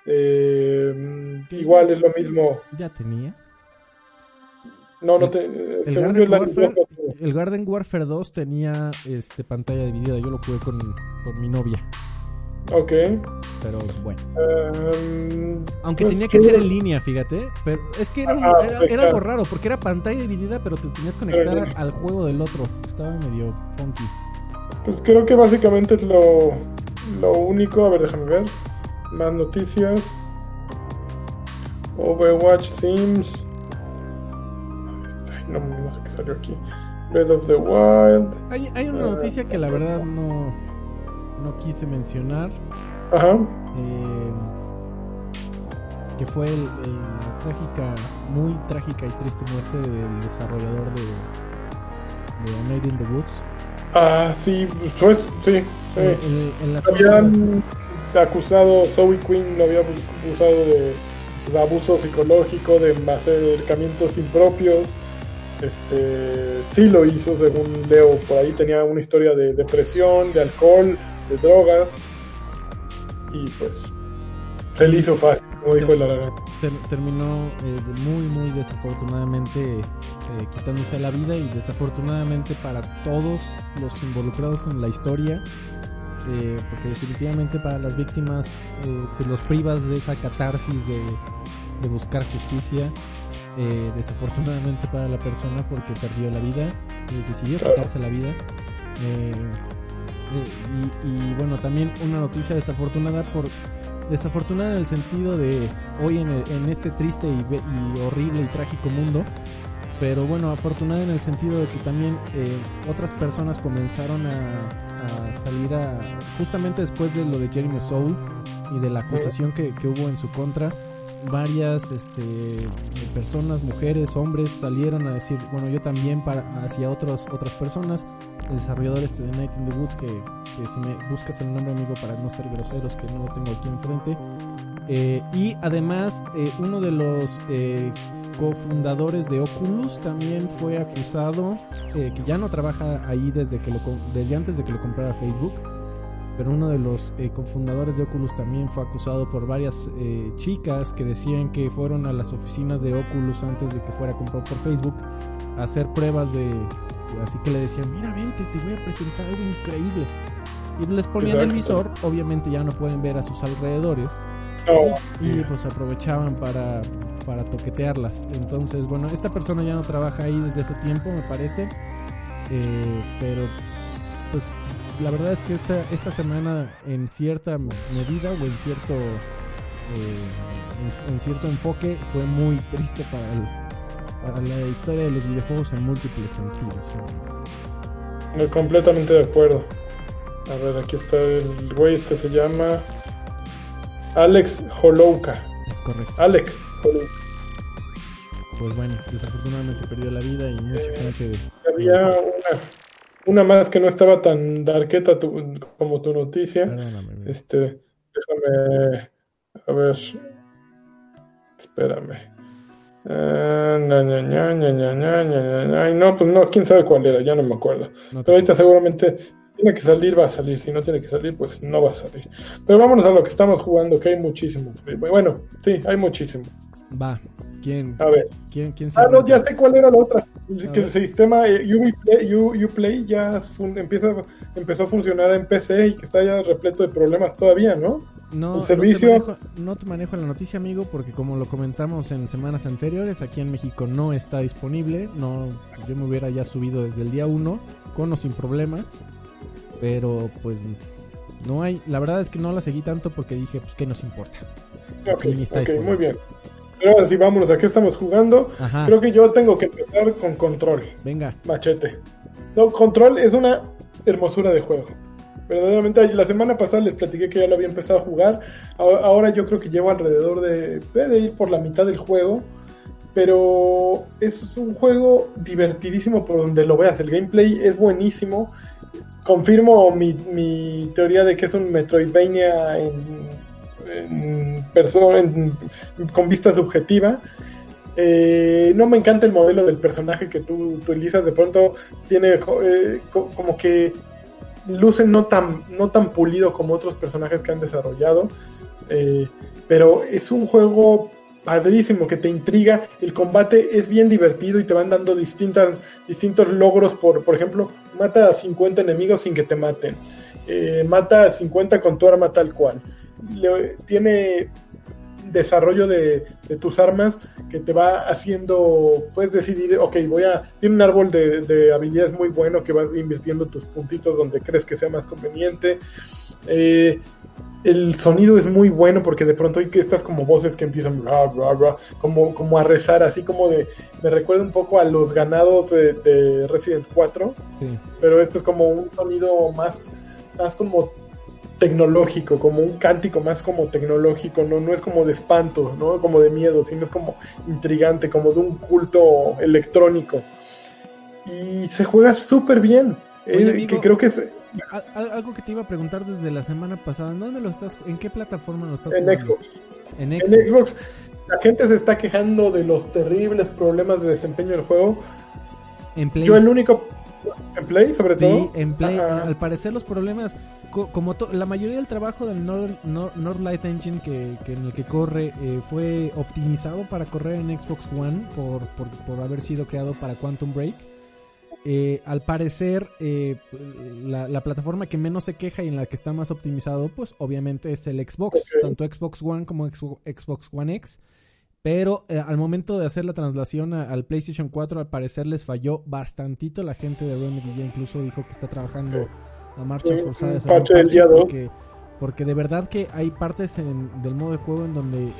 Igual es lo mismo. ¿Ya tenía? El Garden Warfare 2 tenía pantalla dividida. Yo lo jugué con mi novia. Ok. Pero bueno. Aunque pues tenía que ser en línea, fíjate. Pero es que era algo raro, porque era pantalla dividida, pero te tenías que conectar al juego del otro. Estaba medio funky. Pues creo que básicamente es lo único. A ver, déjame ver. Más noticias. Overwatch Sims. No sé qué salió aquí. Breath of the Wild. Hay una noticia que la verdad no quise mencionar. Ajá. Que fue la muy trágica y triste muerte del desarrollador de Night in the Woods. Sí, pues sí. En la habían acusado, Zoe Quinn lo había acusado de abuso psicológico, de acercamientos impropios. Sí lo hizo, según leo por ahí. Tenía una historia de depresión, de alcohol, de drogas, y pues se le hizo fácil, como dijo el Aragán. Terminó muy muy desafortunadamente quitándose la vida, y desafortunadamente para todos los involucrados en la historia, porque definitivamente para las víctimas pues los privas de esa catarsis de buscar justicia. Desafortunadamente para la persona, porque perdió la vida, decidió quitarse la vida, y bueno, también una noticia desafortunada en el sentido de hoy en este triste y horrible y trágico mundo, pero bueno, afortunada en el sentido de que también otras personas comenzaron a salir justamente después de lo de Jeremy Soule y de la acusación que hubo en su contra. Varias personas, mujeres, hombres, salieron a decir, bueno, yo también hacia otras personas. El desarrollador de Night in the Woods, que si me buscas el nombre, amigo, para no ser groseros, que no lo tengo aquí enfrente, y además uno de los cofundadores de Oculus también fue acusado, que ya no trabaja ahí desde antes de que lo comprara Facebook. Pero uno de los cofundadores de Oculus también fue acusado por varias chicas que decían que fueron a las oficinas de Oculus antes de que fuera comprado por Facebook a hacer pruebas así que le decían, mira, vente, te voy a presentar algo increíble, y les ponían el visor. Obviamente ya no pueden ver a sus alrededores, y pues aprovechaban para toquetearlas. Entonces bueno, esta persona ya no trabaja ahí desde ese tiempo, me parece, pero pues la verdad es que esta semana, en cierta medida o en cierto enfoque, fue muy triste para la historia de los videojuegos en múltiples sentidos. Completamente de acuerdo. A ver, aquí está el güey, se llama Alex Holouka. Es correcto. Alex Holouka. Pues bueno, desafortunadamente perdió la vida, y mucha gente... Había una más que no estaba tan darketa como tu noticia. Perdóname, amigo. Déjame, a ver, espérame. Ay, no, pues no, quién sabe cuál era, ya no me acuerdo. No te Pero ahorita preocupes. seguramente tiene que salir, va a salir. Si no tiene que salir, pues no va a salir. Pero vámonos a lo que estamos jugando, que hay muchísimo. Bueno, sí, hay muchísimo. Va. ¿Quién, A ver. quién se No, ya arranca? sé cuál era la otra. Que ver. el sistema Uplay ya empezó a funcionar en PC y que está ya repleto de problemas todavía, ¿no? El servicio. No te manejo la noticia, amigo, porque como lo comentamos en semanas anteriores, aquí en México no está disponible. No, yo me hubiera ya subido desde el día 1, con o sin problemas. Pero pues no hay, la verdad es que no la seguí tanto porque dije, pues qué nos importa. Ok, Aquí ni está disponible. muy bien. Pero ahora sí, vámonos, ¿a qué estamos jugando? Ajá. Creo que yo tengo que empezar con Control. Venga. Machete. No, Control es una hermosura de juego. Verdaderamente, la semana pasada les platiqué que ya lo había empezado a jugar. Ahora yo creo que llevo alrededor de ir por la mitad del juego. Pero es un juego divertidísimo por donde lo veas. El gameplay es buenísimo. Confirmo mi teoría de que es un Metroidvania con vista subjetiva. No me encanta el modelo del personaje que tú utilizas. De pronto tiene como que luce no tan pulido como otros personajes que han desarrollado. Pero es un juego padrísimo que te intriga. El combate es bien divertido y te van dando distintos logros. Por ejemplo, mata a 50 enemigos sin que te maten. Mata a 50 con tu arma tal cual. Tiene desarrollo de tus armas que te va haciendo, puedes decidir, ok, tiene un árbol de habilidades muy bueno que vas invirtiendo tus puntitos donde crees que sea más conveniente. El sonido es muy bueno porque de pronto hay que estas como voces que empiezan bla, bla, bla, como a rezar, así como me recuerda un poco a los ganados de Resident 4, Sí. pero esto es como un sonido más como tecnológico, como un cántico más como tecnológico, no es como de espanto, no como de miedo, sino es como intrigante, como de un culto electrónico. Y se juega súper bien. Oye, amigo, que creo que es algo que te iba a preguntar desde la semana pasada, ¿en qué plataforma lo estás en jugando? Xbox. En En Xbox. Xbox la gente se está quejando de los terribles problemas de desempeño del juego. En Play. Yo el único en Play, sobre todo. Sí, en Play. Ajá. Al parecer los problemas, como la mayoría del trabajo del Northlight Engine que en el que corre fue optimizado para correr en Xbox One por haber sido creado para Quantum Break. Al parecer la plataforma que menos se queja y en la que está más optimizado, pues obviamente es el Xbox, Okay. tanto Xbox One como Xbox One X. Pero al momento de hacer la traslación al PlayStation 4, al parecer les falló bastantito. La gente de Remedy ya incluso dijo que está trabajando a marchas forzadas en un Parche del día 2. porque de verdad que hay partes del modo de juego en donde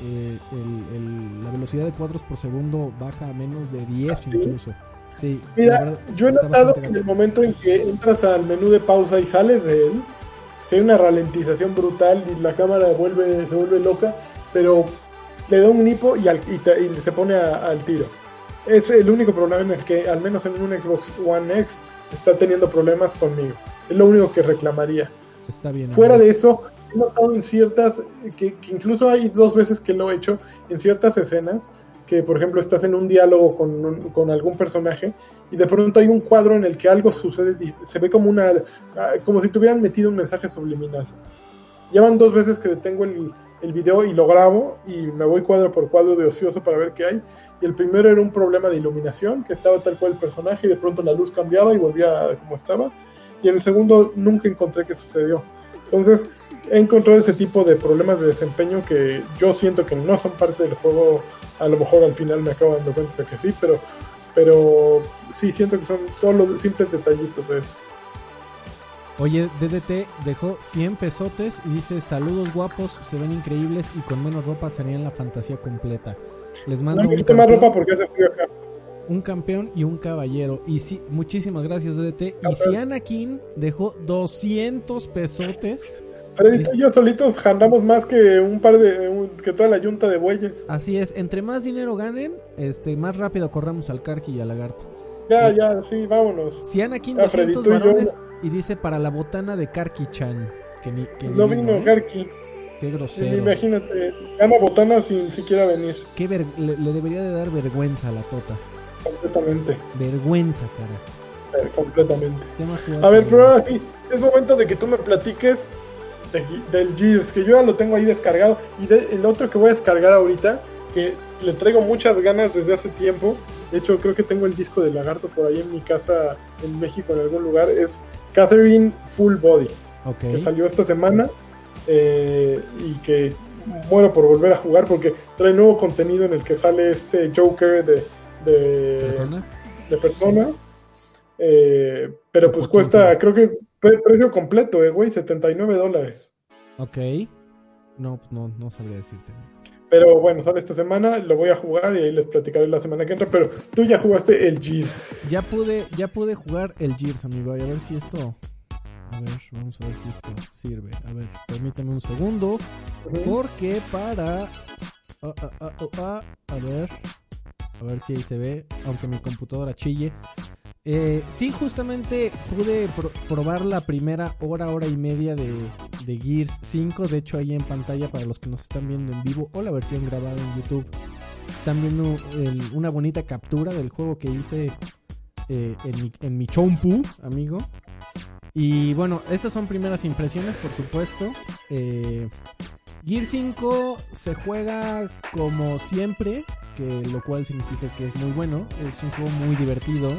la velocidad de cuadros por segundo baja a menos de 10 ¿Sí? incluso. Sí, Mira, verdad, yo he notado que en el momento en que entras al menú de pausa y sales de él, hay una ralentización brutal y la cámara se vuelve loca, pero le da un hipo y se pone al tiro. Es el único problema en el que, al menos en un Xbox One X, está teniendo problemas conmigo. Es lo único que reclamaría. está bien. Fuera de eso, he notado en ciertas, que incluso hay 2 veces que lo he hecho, en ciertas escenas, que por ejemplo estás en un diálogo con algún personaje y de pronto hay un cuadro en el que algo sucede y se ve como como si te hubieran metido un mensaje subliminal. Llevan 2 veces que detengo el video y lo grabo y me voy cuadro por cuadro de ocioso para ver qué hay. Y el primero era un problema de iluminación, que estaba tal cual el personaje y de pronto la luz cambiaba y volvía como estaba. Y en el segundo nunca encontré qué sucedió. Entonces he encontrado ese tipo de problemas de desempeño que yo siento que no son parte del juego. A lo mejor al final me acabo dando cuenta que sí, pero sí siento que son solo simples detallitos de eso. Oye, DDT dejó 100 pesotes y dice: saludos guapos, se ven increíbles y con menos ropa serían la fantasía completa. Les mando No necesito más ropa porque hace frío acá. un campeón y un caballero. Y sí, muchísimas gracias, DDT. Y si Anakin dejó 200 pesotes. Freddy y yo solitos jalamos más que que toda la yunta de bueyes. Así es, entre más dinero ganen, más rápido corremos al Karki y al Lagarto. Ya, sí, vámonos. Si Anakin Ya, 200 Freddy, tú y yo. varones y dice para la botana de Karki-chan. Que ni No vino, vino Karki. Qué Sí, grosero. imagínate, gana botana sin siquiera venir. Le debería de dar vergüenza a la tota. Completamente. Vergüenza, cara. Completamente. ¿Qué más jugaste? A ver, pero ahora sí, es momento de que tú me platiques del Gears, que yo ya lo tengo ahí descargado. Y el otro que voy a descargar ahorita, que le traigo muchas ganas desde hace tiempo. De hecho, creo que tengo el disco de Lagarto por ahí en mi casa en México, en algún lugar. Es Catherine Full Body, que salió esta semana. Y que muero por volver a jugar porque trae nuevo contenido en el que sale este Joker de persona. Pero pues cuesta, creo que precio completo, güey, $79. Ok. No sabría decirte. Pero bueno, sale esta semana, lo voy a jugar y ahí les platicaré la semana que entra. Pero tú ya jugaste el Gears. Ya pude jugar el Gears, amigo. Y a ver si esto... A ver, vamos a ver si esto sirve. A ver, permítame un segundo. Porque para... A ver si ahí se ve. Aunque mi computadora chille. Sí, justamente pude probar la primera hora y media de Gears 5. De hecho, ahí en pantalla, para los que nos están viendo en vivo o la versión grabada en YouTube, están viendo una bonita captura del juego que hice en mi chompu, amigo. Y bueno, estas son primeras impresiones, por supuesto. Gears 5 se juega como siempre, lo cual significa que es muy bueno. Es un juego muy divertido.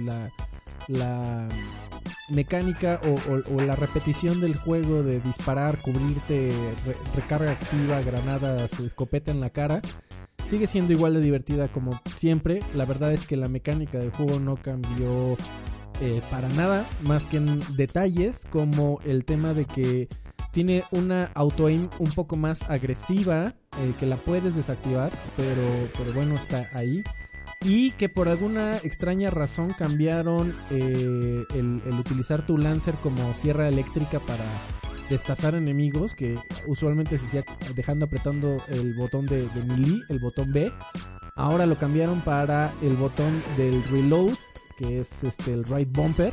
La mecánica o la repetición del juego de disparar, cubrirte, recarga activa, granadas, escopeta en la cara, sigue siendo igual de divertida como siempre. La verdad es que la mecánica del juego no cambió para nada, más que en detalles como el tema de que tiene una auto-aim un poco más agresiva, que la puedes desactivar, pero bueno, está ahí. Y que por alguna extraña razón cambiaron el utilizar tu Lancer como sierra eléctrica para destazar enemigos, que usualmente se hacía apretando el botón de melee, el botón B. Ahora lo cambiaron para el botón del reload, que es el right bumper.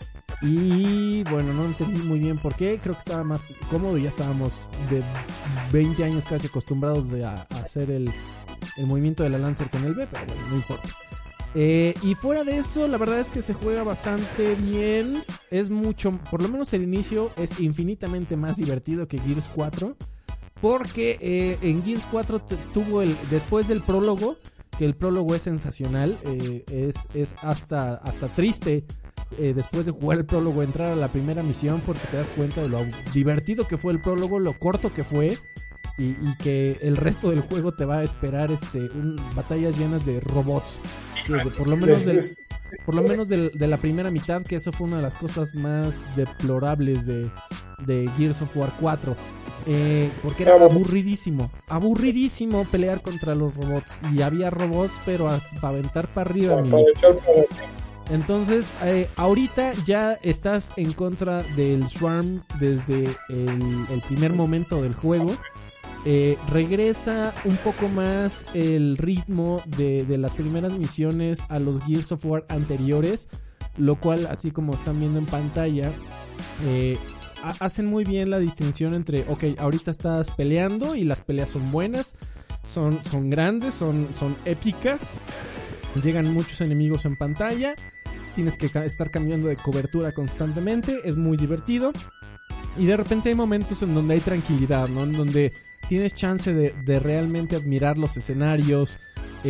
Y bueno, no entendí muy bien por qué. Creo que estaba más cómodo y ya estábamos de 20 años casi acostumbrados a hacer el movimiento de la Lancer con el B, pero bueno, no importa. Y fuera de eso, la verdad es que se juega bastante bien. Es mucho, por lo menos el inicio es infinitamente más divertido que Gears 4. Porque en Gears 4 tuvo después del prólogo, que el prólogo es sensacional, es hasta triste. Después de jugar el prólogo, entrar a la primera misión, porque te das cuenta de lo divertido que fue el prólogo, lo corto que fue, y que el resto del juego te va a esperar batallas llenas de robots, por lo menos de la primera mitad, que eso fue una de las cosas más deplorables de Gears of War 4, porque era aburridísimo pelear contra los robots, y había robots pero para aventar para arriba. Entonces, ahorita ya estás en contra del Swarm desde el primer momento del juego. Regresa un poco más el ritmo de las primeras misiones a los Gears of War anteriores, lo cual, así como están viendo en pantalla, hacen muy bien la distinción entre, ok, ahorita estás peleando y las peleas son buenas, son grandes, son épicas, llegan muchos enemigos en pantalla, tienes que estar cambiando de cobertura constantemente, es muy divertido. Y de repente hay momentos en donde hay tranquilidad, ¿no? En donde tienes chance de realmente admirar los escenarios,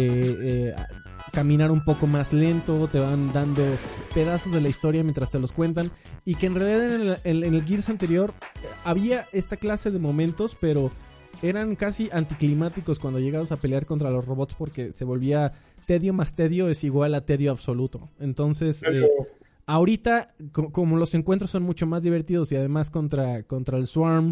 caminar un poco más lento, te van dando pedazos de la historia mientras te los cuentan. Y que en realidad en el Gears anterior había esta clase de momentos, pero eran casi anticlimáticos cuando llegabas a pelear contra los robots, porque se volvía tedio más tedio es igual a tedio absoluto. Entonces, ahorita, como los encuentros son mucho más divertidos, y además contra el Swarm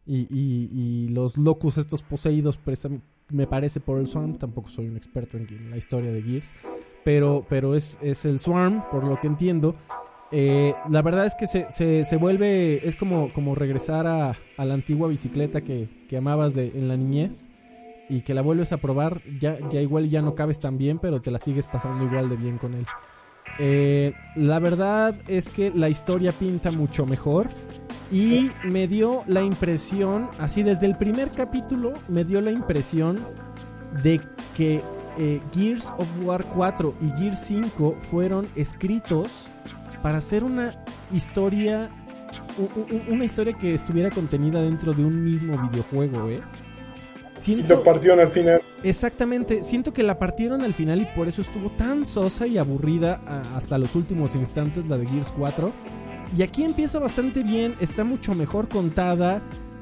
y los locus estos poseídos, me parece, por el Swarm, tampoco soy un experto en la historia de Gears, pero es el Swarm, por lo que entiendo. La verdad es que se vuelve, es como regresar a la antigua bicicleta que amabas en la niñez, y que la vuelves a probar, ya igual ya no cabes tan bien, pero te la sigues pasando igual de bien con él. La verdad es que la historia pinta mucho mejor. Y me dio la impresión, así desde el primer capítulo, me dio la impresión de que Gears of War 4 y Gears 5 fueron escritos para hacer una historia que estuviera contenida dentro de un mismo videojuego, Y lo partieron al final. Exactamente, siento que la partieron al final y por eso estuvo tan sosa y aburrida hasta los últimos instantes la de Gears 4. Y aquí empieza bastante bien, está mucho mejor contada,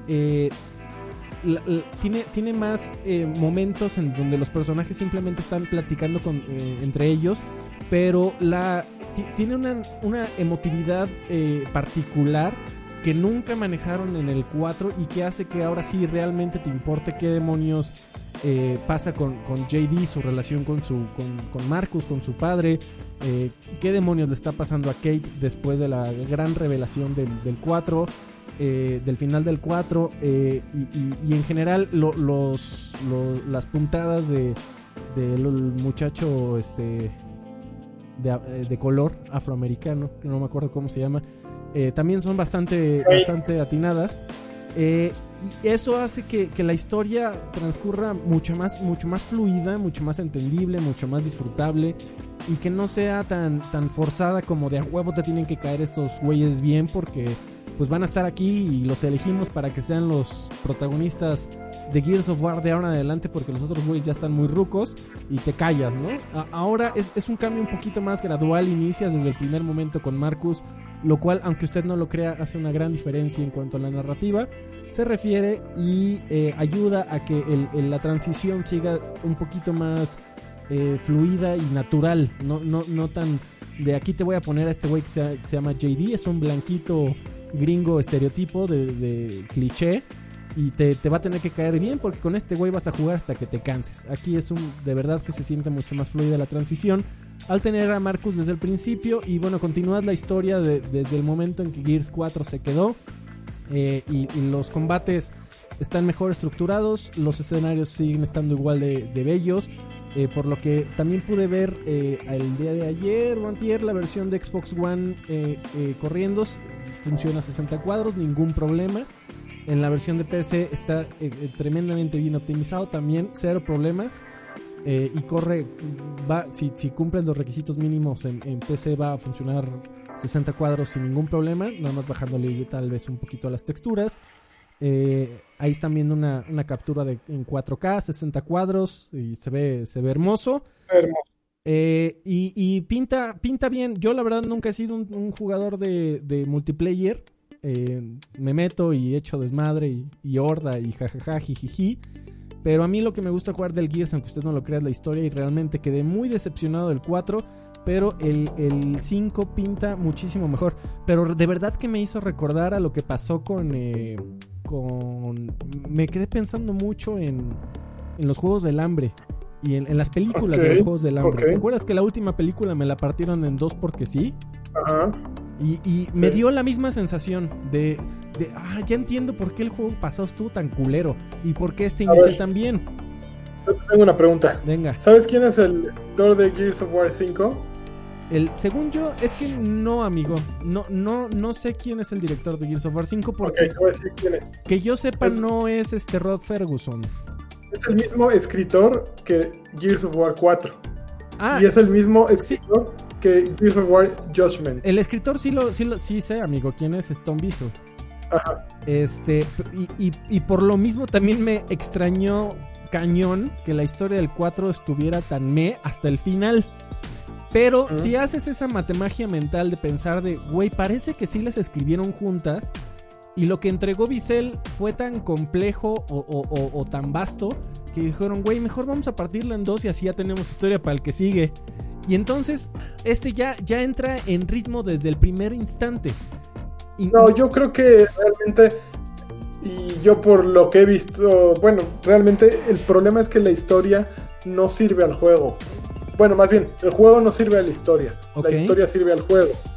tiene más momentos en donde los personajes simplemente están platicando entre ellos, pero tiene una emotividad particular que nunca manejaron en el 4 y que hace que ahora sí realmente te importe qué demonios pasa con JD, su relación con Marcus, con su padre, qué demonios le está pasando a Kate después de la gran revelación del 4, del final del 4, y en general las puntadas del muchacho de color afroamericano, que no me acuerdo cómo se llama, también son bastante atinadas. Y eso hace que la historia transcurra mucho más fluida, mucho más entendible, mucho más disfrutable, y que no sea tan forzada como de a huevo te tienen que caer estos güeyes bien porque pues van a estar aquí y los elegimos para que sean los protagonistas de Gears of War de ahora en adelante porque los otros güeyes ya están muy rucos y te callas, ¿no? Ahora es un cambio un poquito más gradual, inicias desde el primer momento con Marcus, lo cual, aunque usted no lo crea, hace una gran diferencia en cuanto a la narrativa se refiere y ayuda a que la transición siga un poquito más fluida y natural, no tan de aquí te voy a poner a este güey que se llama JD, es un blanquito gringo estereotipo de cliché y te va a tener que caer bien porque con este güey vas a jugar hasta que te canses. Aquí es de verdad que se siente mucho más fluida la transición al tener a Marcus desde el principio y bueno, continúas la historia desde el momento en que Gears 4 se quedó. Y los combates están mejor estructurados, los escenarios siguen estando igual de bellos, por lo que también pude ver el día de ayer o antier la versión de Xbox One corriendo, funciona a 60 cuadros, ningún problema. En la versión de PC está tremendamente bien optimizado, también cero problemas, y corre, si cumplen los requisitos mínimos en PC va a funcionar 60 cuadros sin ningún problema, nada más bajándole tal vez un poquito a las texturas. Ahí están viendo una captura en 4K, 60 cuadros y se ve hermoso. Y pinta bien. Yo la verdad nunca he sido un jugador de multiplayer. Me meto y echo desmadre y horda y jajaja, jijiji. Pero a mí lo que me gusta jugar del Gears, aunque usted no lo crea, es la historia, y realmente quedé muy decepcionado del 4. Pero el 5 pinta muchísimo mejor. Pero de verdad que me hizo recordar a lo que pasó con me quedé pensando mucho en los Juegos del Hambre y en las películas de los Juegos del Hambre. ¿Te acuerdas que la última película me la partieron en dos porque sí? Ajá. Y me dio la misma sensación de ya entiendo por qué el juego pasado estuvo tan culero y por qué inició tan bien. Yo tengo una pregunta. Venga. ¿Sabes quién es el director de Gears of War 5? Según yo, es que no, amigo. No sé quién es el director de Gears of War 5 porque te voy a decir quién es. Que yo sepa no es Rod Ferguson. Es el mismo escritor que Gears of War 4. Y es el mismo escritor que Gears of War Judgment. El escritor sí sé, amigo, quién es Stone Bizzle. Ajá. Y por lo mismo también me extrañó cañón que la historia del 4 estuviera tan hasta el final. Pero si haces esa matemagia mental de pensar güey, parece que sí las escribieron juntas y lo que entregó Bizzle fue tan complejo o tan vasto que dijeron, güey, mejor vamos a partirla en dos y así ya tenemos historia para el que sigue. Y entonces ya entra en ritmo desde el primer instante. No, yo creo que realmente, y yo por lo que he visto, bueno, realmente el problema es que la historia no sirve al juego. Bueno, más bien, el juego no sirve a la historia. La historia sirve al juego.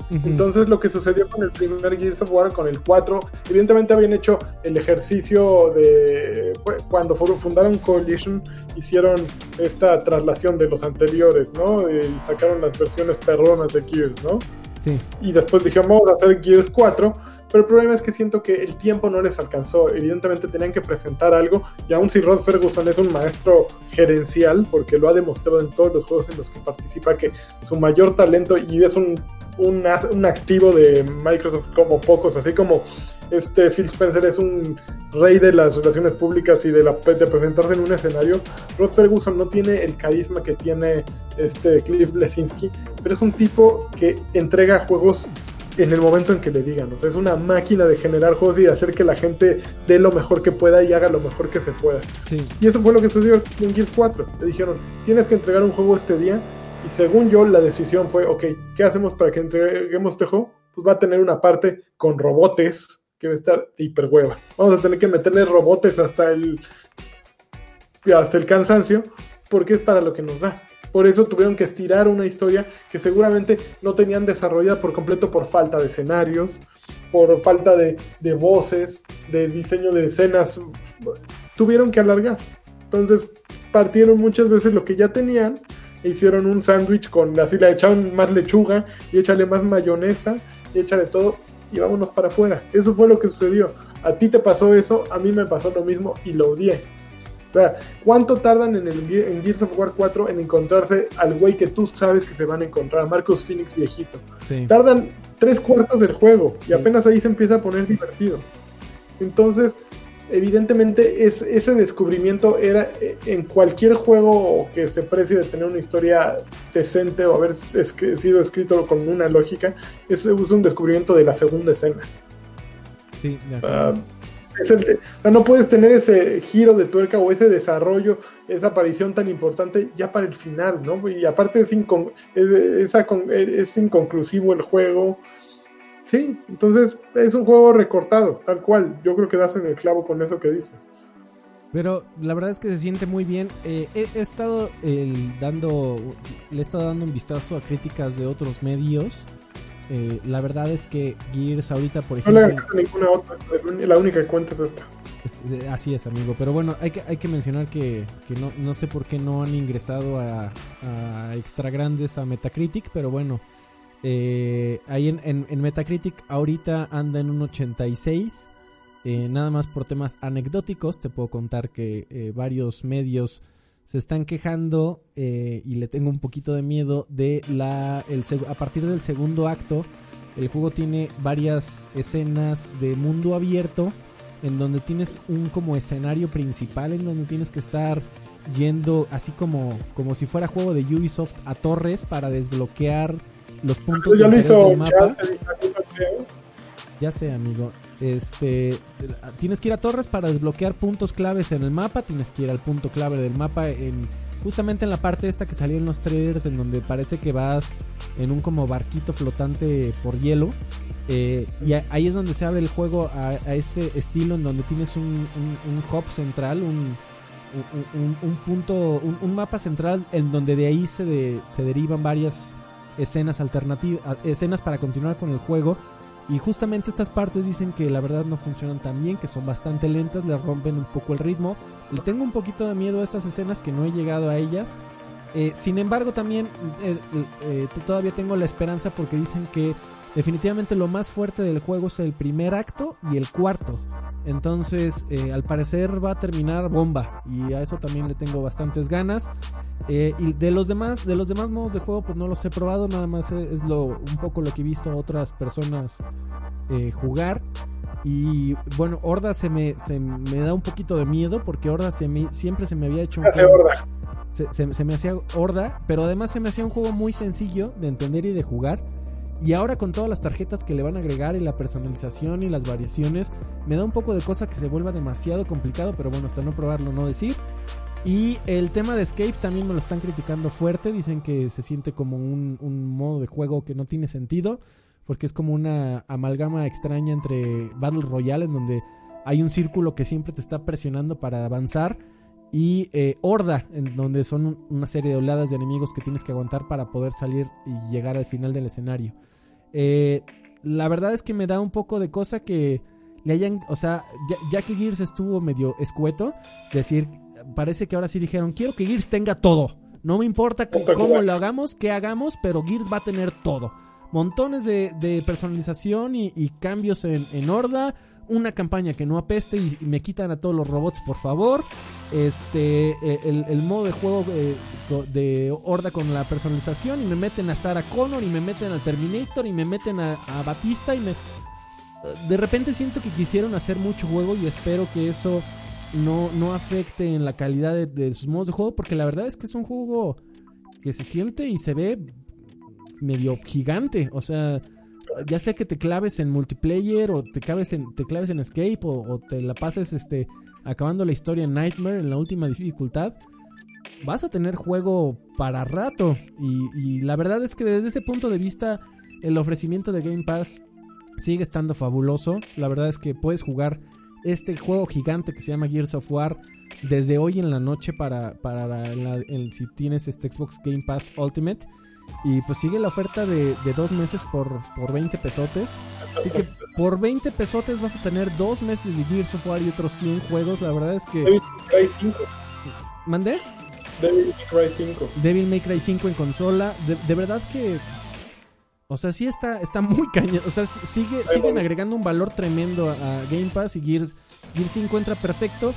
Entonces lo que sucedió con el primer Gears of War, con el 4, evidentemente habían hecho el ejercicio de cuando fundaron Coalition, hicieron esta traslación de los anteriores, ¿no? Y sacaron las versiones perronas de Gears, ¿no? Sí. Y después dijeron, vamos a hacer Gears 4, pero el problema es que siento que el tiempo no les alcanzó. Evidentemente tenían que presentar algo, y aun si Rod Ferguson es un maestro gerencial, porque lo ha demostrado en todos los juegos en los que participa, que su mayor talento, y es un activo de Microsoft como pocos, así como Phil Spencer es un rey de las relaciones públicas y de presentarse en un escenario. Rod Ferguson no tiene el carisma que tiene Cliff Bleszinski, pero es un tipo que entrega juegos en el momento en que le digan. O sea, es una máquina de generar juegos y de hacer que la gente dé lo mejor que pueda y haga lo mejor que se pueda. Sí. Y eso fue lo que sucedió en Gears 4. Le dijeron, tienes que entregar un juego este día. Y según yo, la decisión fue, ok, ¿qué hacemos para que entreguemos este juego? Pues va a tener una parte con robotes que va a estar hiper hueva. Vamos a tener que meterle robotes hasta el cansancio, porque es para lo que nos da. Por eso tuvieron que estirar una historia que seguramente no tenían desarrollada por completo por falta de escenarios, por falta de voces, de diseño de escenas. Tuvieron que alargar. Entonces partieron muchas veces lo que ya tenían, e hicieron un sándwich con, así le echaron más lechuga y échale más mayonesa y échale todo y vámonos para afuera. Eso fue lo que sucedió. A ti te pasó eso, a mí me pasó lo mismo y lo odié. O sea, ¿cuánto tardan en Gears of War 4 en encontrarse al güey que tú sabes que se van a encontrar, Marcus Phoenix viejito? Sí. Tardan 3/4 del juego y apenas ahí se empieza a poner divertido. Entonces, evidentemente ese descubrimiento era en cualquier juego que se precie de tener una historia decente o haber sido escrito con una lógica, es un descubrimiento de la segunda escena. Sí, no puedes tener ese giro de tuerca o ese desarrollo, esa aparición tan importante ya para el final, ¿no? Y aparte es inconclusivo el juego. Sí, entonces es un juego recortado, tal cual. Yo creo que das en el clavo con eso que dices. Pero la verdad es que se siente muy bien. Le he estado dando un vistazo a críticas de otros medios. La verdad es que Gears ahorita, por ejemplo... No le hagas ninguna otra, la única que cuenta es esta. Así es, amigo. Pero bueno, hay que mencionar que no sé por qué no han ingresado a extra grandes a Metacritic, pero bueno... ahí en Metacritic ahorita anda en un 86. Nada más por temas anecdóticos te puedo contar que varios medios se están quejando y le tengo un poquito de miedo de a partir del segundo acto. El juego tiene varias escenas de mundo abierto en donde tienes un como escenario principal en donde tienes que estar yendo así como si fuera juego de Ubisoft a torres para desbloquear los puntos de interés del mapa. Ya sé, amigo. Tienes que ir a torres para desbloquear puntos claves en el mapa. Tienes que ir al punto clave del mapa justamente en la parte esta que salió en los trailers, en donde parece que vas en un como barquito flotante por hielo. Y ahí es donde se abre el juego a este estilo, en donde tienes un hub central, un punto, un mapa central, en donde de ahí se derivan varias escenas alternativas, escenas para continuar con el juego. Y justamente estas partes dicen que la verdad no funcionan tan bien, que son bastante lentas, le rompen un poco el ritmo. Le tengo un poquito de miedo a estas escenas, que no he llegado a ellas. Sin embargo, también todavía tengo la esperanza, porque dicen que definitivamente lo más fuerte del juego es el primer acto y el cuarto. Entonces, al parecer va a terminar bomba, y a eso también le tengo bastantes ganas. Y de los demás modos de juego, pues no los he probado, nada más es un poco lo que he visto a otras personas jugar. Y bueno, Horda se me da un poquito de miedo, porque Horda siempre se me había hecho un juego, se me hacía Horda, pero además se me hacía un juego muy sencillo de entender y de jugar. Y ahora con todas las tarjetas que le van a agregar y la personalización y las variaciones, me da un poco de cosa que se vuelva demasiado complicado, pero bueno, hasta no probarlo, no decir. Y el tema de Escape también me lo están criticando fuerte. Dicen que se siente como un modo de juego que no tiene sentido, porque es como una amalgama extraña entre Battle Royale, en donde hay un círculo que siempre te está presionando para avanzar, y Horda, en donde son una serie de oleadas de enemigos que tienes que aguantar para poder salir y llegar al final del escenario. La verdad es que me da un poco de cosa que le hayan, o sea, ya que Gears estuvo medio escueto, decir, parece que ahora sí dijeron, quiero que Gears tenga todo. No me importa cómo lo hagamos, qué hagamos, pero Gears va a tener todo. Montones de personalización y cambios en Horda. Una campaña que no apeste y me quitan a todos los robots, por favor. El modo de juego de Horda con la personalización. Y me meten a Sarah Connor, y me meten al Terminator, y me meten a Batista. De repente siento que quisieron hacer mucho juego y espero que eso no afecte en la calidad de sus modos de juego, porque la verdad es que es un juego que se siente y se ve medio gigante. O sea, ya sea que te claves en multiplayer o te claves en escape o te la pases acabando la historia en Nightmare en la última dificultad, vas a tener juego para rato. Y la verdad es que desde ese punto de vista el ofrecimiento de Game Pass sigue estando fabuloso. La verdad es que puedes jugar este juego gigante que se llama Gears of War desde hoy en la noche para si tienes Xbox Game Pass Ultimate. Y pues sigue la oferta de 2 meses por 20 pesotes. Así que por 20 pesotes vas a tener 2 meses de Gears of War y otros 100 juegos. La verdad es que... Devil May Cry 5. ¿Mandé? Devil May Cry 5. Devil May Cry 5 en consola. De verdad que... O sea, sí está muy cañón. O sea, siguen agregando un valor tremendo a Game Pass. Y Gears 5 entra perfecto.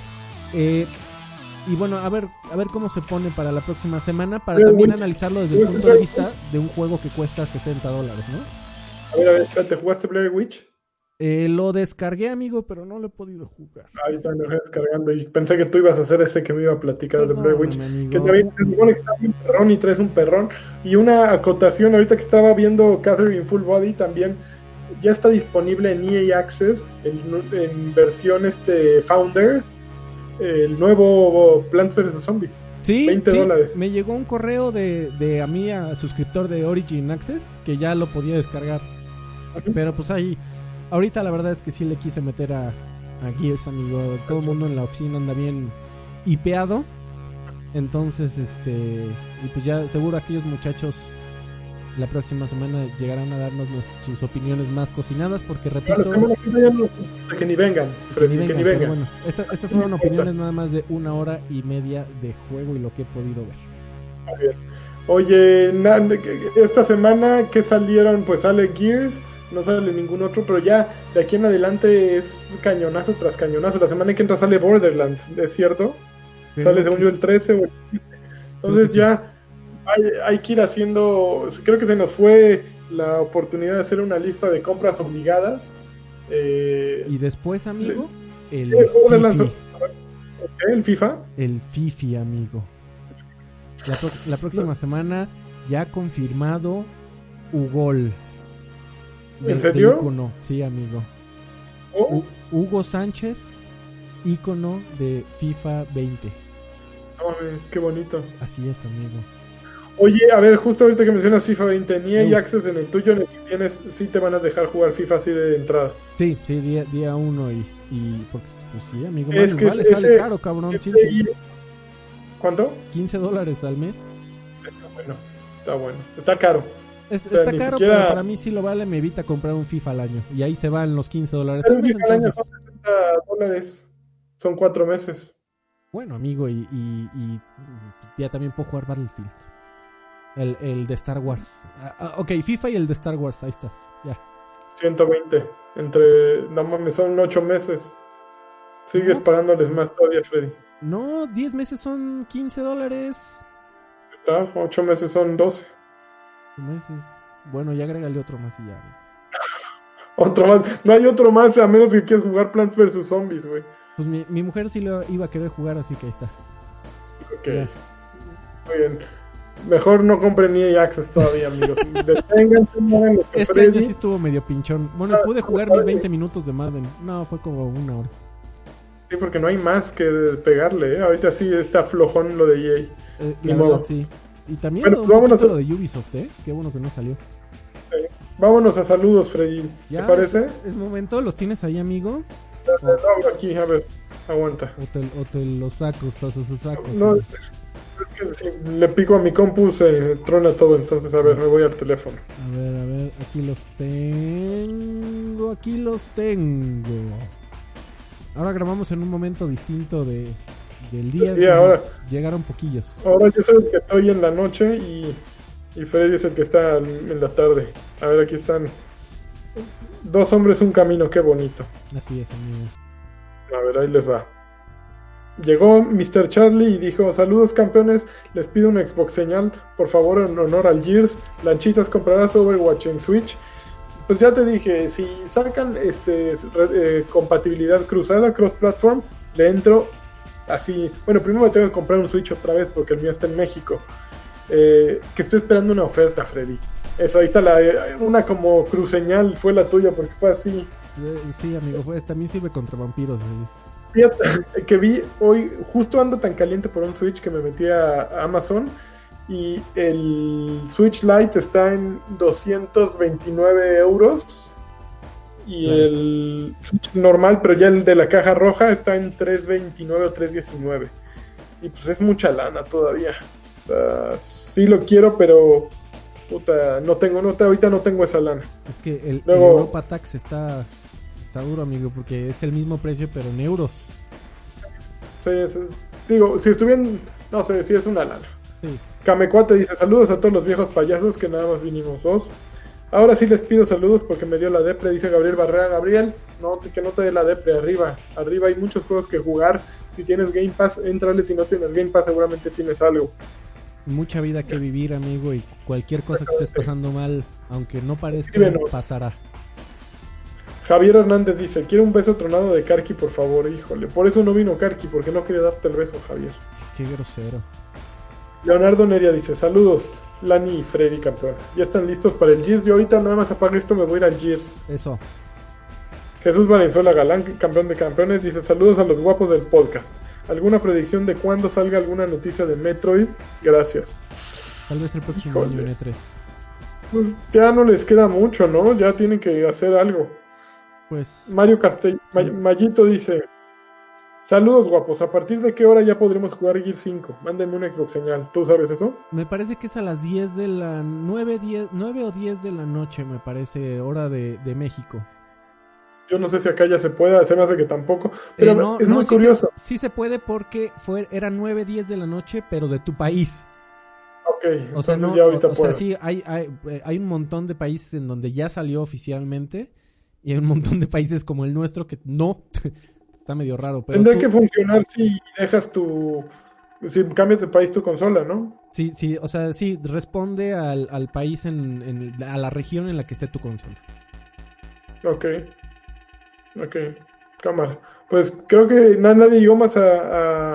Y bueno, a ver cómo se pone para la próxima semana, para también analizarlo desde el punto de vista de un juego que cuesta $60, ¿no? A ver, espérate, ¿jugaste Blair Witch? Lo descargué, amigo, pero no lo he podido jugar. Ahí está, me descargando y pensé que tú ibas a hacer ese que me iba a platicar de Blair Witch. Amigo. Que también se supone que está un perrón y traes un perrón. Y una acotación, ahorita que estaba viendo Catherine Full Body, también ya está disponible en EA Access, en versión Founders, el nuevo Plants vs Zombies. Sí, $20. Me llegó un correo de a mí, a suscriptor de Origin Access, que ya lo podía descargar. Pero pues ahí, ahorita la verdad es que sí le quise meter a Gears, amigo. Todo el mundo en la oficina anda bien hipeado. Entonces, y pues ya seguro aquellos muchachos la próxima semana llegarán a darnos sus opiniones más cocinadas, porque repito, que ni vengan, Freddy, que ni vengan. Bueno, estas fueron opiniones nada más de 1 hora y media de juego y lo que he podido ver. A ver. Oye, esta semana que salieron, pues sale Gears, no sale ningún otro, pero ya de aquí en adelante es cañonazo tras cañonazo. La semana que entra sale Borderlands, ¿es cierto? Sale según yo el 13 o el 15. Entonces ya hay que ir haciendo, creo que se nos fue la oportunidad de hacer una lista de compras obligadas. Y después, amigo, el FIFA. El FIFA, amigo. La próxima semana ya confirmado Ugol. ¿En serio? Ícono. Sí, amigo. ¿Oh? Hugo Sánchez, ícono de FIFA 20. No, qué bonito. Así es, amigo. Oye, a ver, justo ahorita que mencionas FIFA 20, ni hay Access en el tuyo, en el que tienes, sí te van a dejar jugar FIFA así de entrada. Sí, día 1 y porque pues sí, amigo, es que vale, sale caro, cabrón. ¿Cuánto? $15 al mes. Está bueno, está caro. Está caro, siquiera... pero para mí sí lo vale, me evita comprar un FIFA al año. Y ahí se van los $15 al mes. FIFA al año son $70, son 4 meses. Bueno, amigo, y ya también puedo jugar Battlefield. El de Star Wars. Ok, FIFA y el de Star Wars, ahí estás, ya. 120, no mames, son 8 meses. Sigues pagándoles más todavía, Freddy. No, 10 meses son $15. Está, 8 meses son 12. Meses. Bueno, ya agrégale otro más y ya. Otro más, no hay otro más a menos que quieras jugar Plants vs Zombies, güey. Pues mi mujer sí lo iba a querer jugar, así que ahí está. Ok, ya. Muy bien. Mejor no compren EA Access todavía, amigos. Este año sí estuvo medio pinchón. Bueno, pude jugar mis 20 minutos de Madden. No, fue como 1 hora. Sí, porque no hay más que pegarle, ¿eh? Ahorita sí está flojón lo de EA. La verdad, sí. Y también lo de Ubisoft, ¿eh? Qué bueno que no salió. Sí. Vámonos a saludos, Freddy. ¿Te parece? Es momento, ¿los tienes ahí, amigo? No, aquí, a ver, aguanta. O te los sacos, No, Es que si le pico a mi compu se trona todo, entonces a ver, me voy al teléfono. A ver, aquí los tengo. Ahora grabamos en un momento distinto del día. Sí, ahora, llegaron poquillos. ahora yo soy el que estoy en la noche y Freddy es el que está en la tarde. A ver, aquí están. Dos hombres, un camino, qué bonito. Así es, amigo. A ver, ahí les va. Llegó Mr. Charlie y dijo: saludos campeones, les pido una Xbox señal, por favor, en honor al Gears. Lanchitas, comprarás Overwatch en Switch. Pues ya te dije, si sacan compatibilidad cruzada, cross-platform, le entro así. Bueno, primero me tengo que comprar un Switch otra vez porque el mío está en México. Que estoy esperando una oferta, Freddy. Eso, ahí está una como cruceñal, fue la tuya porque fue así. Sí, amigo, pues también sirve contra vampiros. Fíjate, que vi hoy, justo ando tan caliente por un Switch que me metí a Amazon y el Switch Lite está en 229 euros y el Switch normal, pero ya el de la caja roja está en 329 o 319 y pues es mucha lana todavía. Sí lo quiero, pero puta, ahorita no tengo esa lana. Es que el Europa Tax está duro, amigo, porque es el mismo precio pero en euros. Sí, digo, si estuvieran, no sé, si es una lana. Sí. Kamecuate dice: saludos a todos los viejos payasos que nada más vinimos dos. Ahora sí les pido saludos porque me dio la depre, dice Gabriel Barrera. Gabriel, que no te dé la depre, arriba hay muchos juegos que jugar. Si tienes Game Pass, éntrale. Si no tienes Game Pass, seguramente tienes algo. Mucha vida que vivir, amigo, y cualquier cosa que estés pasando mal, aunque no parezca, pasará. Javier Hernández dice: quiero un beso tronado de Karki, por favor. Híjole, por eso no vino Karki, porque no quería darte el beso, Javier. Qué grosero. Leonardo Neria dice: saludos, Lani y Freddy, campeón. Ya están listos para el Gears. Yo ahorita nada más apago esto, me voy a ir al Gears. Eso. Jesús Valenzuela Galán, campeón de campeones, dice: saludos a los guapos del podcast. ¿Alguna predicción de cuándo salga alguna noticia de Metroid? Gracias. Tal vez el próximo año en E3. Pues ya no les queda mucho, ¿no? Ya tienen que hacer algo. Pues Mario Castell, Mayito dice: saludos guapos, ¿a partir de qué hora ya podremos jugar Gear 5? Mándenme una Xbox señal, ¿tú sabes eso? Me parece que es a las 10 de la 9 o 10 de la noche, me parece, hora de México. Yo no sé si acá ya se pueda, se me hace que tampoco, pero es muy curioso. Sí se puede porque era 9, 10 de la noche, pero de tu país. Ok, o sea, no, ya ahorita o sea, sí, hay un montón de países en donde ya salió oficialmente y hay un montón de países como el nuestro que no. Está medio raro, pero tendrá que funcionar si dejas si cambias de país tu consola, ¿no? Sí, o sea, sí, responde al país, a la región en la que esté tu consola. Ok, cámara. Pues creo que nadie llegó más a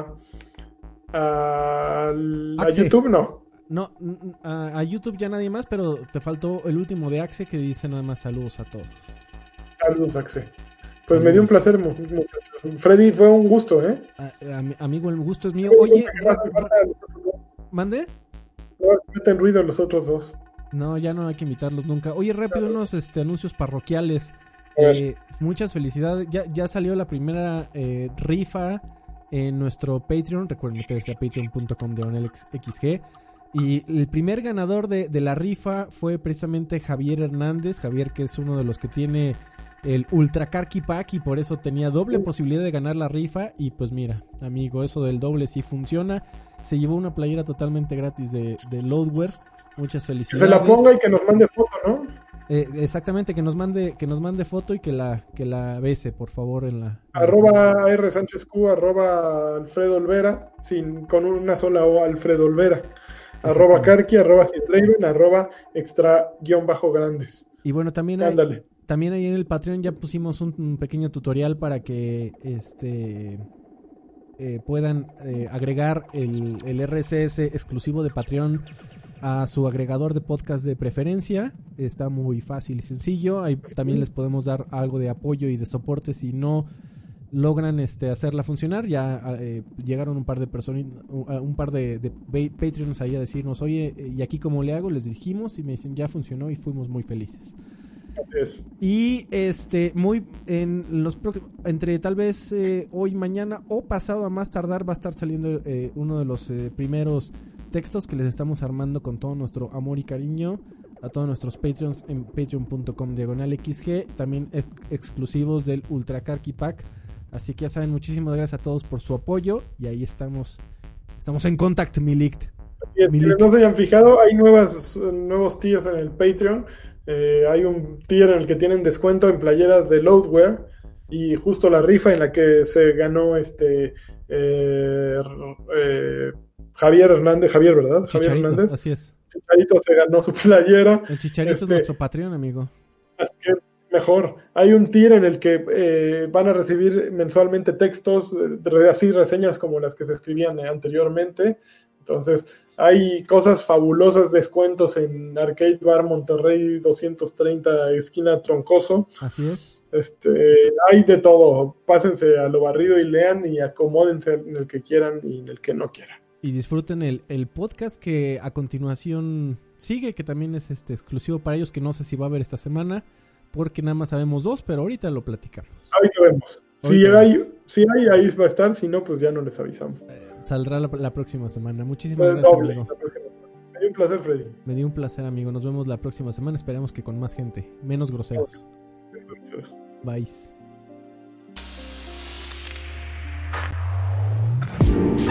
YouTube, ¿no? No, a YouTube ya nadie más, pero te faltó el último de Axe que dice nada más saludos a todos. Saludos, Axe. Pues me dio un placer, Freddy, fue un gusto, ¿eh? Amigo, el gusto es mío. Oye, ¿mande? No meten ruido los otros dos. No, ya no hay que invitarlos nunca. Oye, rápido, unos anuncios parroquiales. Muchas felicidades. Ya salió la primera rifa en nuestro Patreon. Recuerden meterse a patreon.com/xg. Y el primer ganador de la rifa fue precisamente Javier Hernández. Javier, que es uno de los que tiene el Ultra Karki Pack y por eso tenía doble posibilidad de ganar la rifa. Y pues mira, amigo, eso del doble sí funciona. Se llevó una playera totalmente gratis de Loadware. Muchas felicidades. Que se la ponga y que nos mande foto, ¿no? Exactamente, que nos mande foto y que la bese, por favor, en la... @rsanchezq, @Alfredo Olvera, con una sola O, Alfredo Olvera. @Karki, @Sidleiben, @extra_grandes. Y bueno, también ahí en el Patreon ya pusimos un pequeño tutorial para que puedan agregar el RSS exclusivo de Patreon a su agregador de podcast de preferencia. Está muy fácil y sencillo. Ahí también les podemos dar algo de apoyo y de soporte si no logran hacerla funcionar. Ya llegaron un par de personas, un par de Patreons ahí a decirnos: oye, ¿y aquí cómo le hago? Les dijimos y me dicen: ya funcionó y fuimos muy felices. Es. Y muy en los próximos, entre tal vez hoy, mañana o pasado a más tardar, va a estar saliendo uno de los primeros textos que les estamos armando con todo nuestro amor y cariño a todos nuestros Patreons en patreon.com/XG, también exclusivos del Ultra Karki Pack. Así que ya saben, muchísimas gracias a todos por su apoyo y ahí estamos en contact, Milict. Quienes no se hayan fijado, hay nuevos tiers en el Patreon. Hay un tier en el que tienen descuento en playeras de Loadwear y justo la rifa en la que se ganó Javier Hernández, ¿verdad? Chicharito, Javier Hernández. Así es. Chicharito se ganó su playera. El Chicharito es nuestro Patreon, amigo. Así que mejor. Hay un tier en el que van a recibir mensualmente textos, así reseñas como las que se escribían anteriormente. Entonces, hay cosas fabulosas, descuentos en Arcade Bar Monterrey 230, esquina Troncoso. Así es. Hay de todo. Pásense a lo barrido y lean y acomódense en el que quieran y en el que no quieran. Y disfruten el podcast que a continuación sigue, que también es exclusivo para ellos, que no sé si va a haber esta semana, porque nada más sabemos 2, pero ahorita lo platicamos. Ahorita vemos. Si hay, ahí va a estar, si no, pues ya no les avisamos. Saldrá la próxima semana. Muchísimas gracias, amigo. Me dio un placer, Freddy. Me dio un placer, amigo. Nos vemos la próxima semana. Esperemos que con más gente, menos groseros. Bye.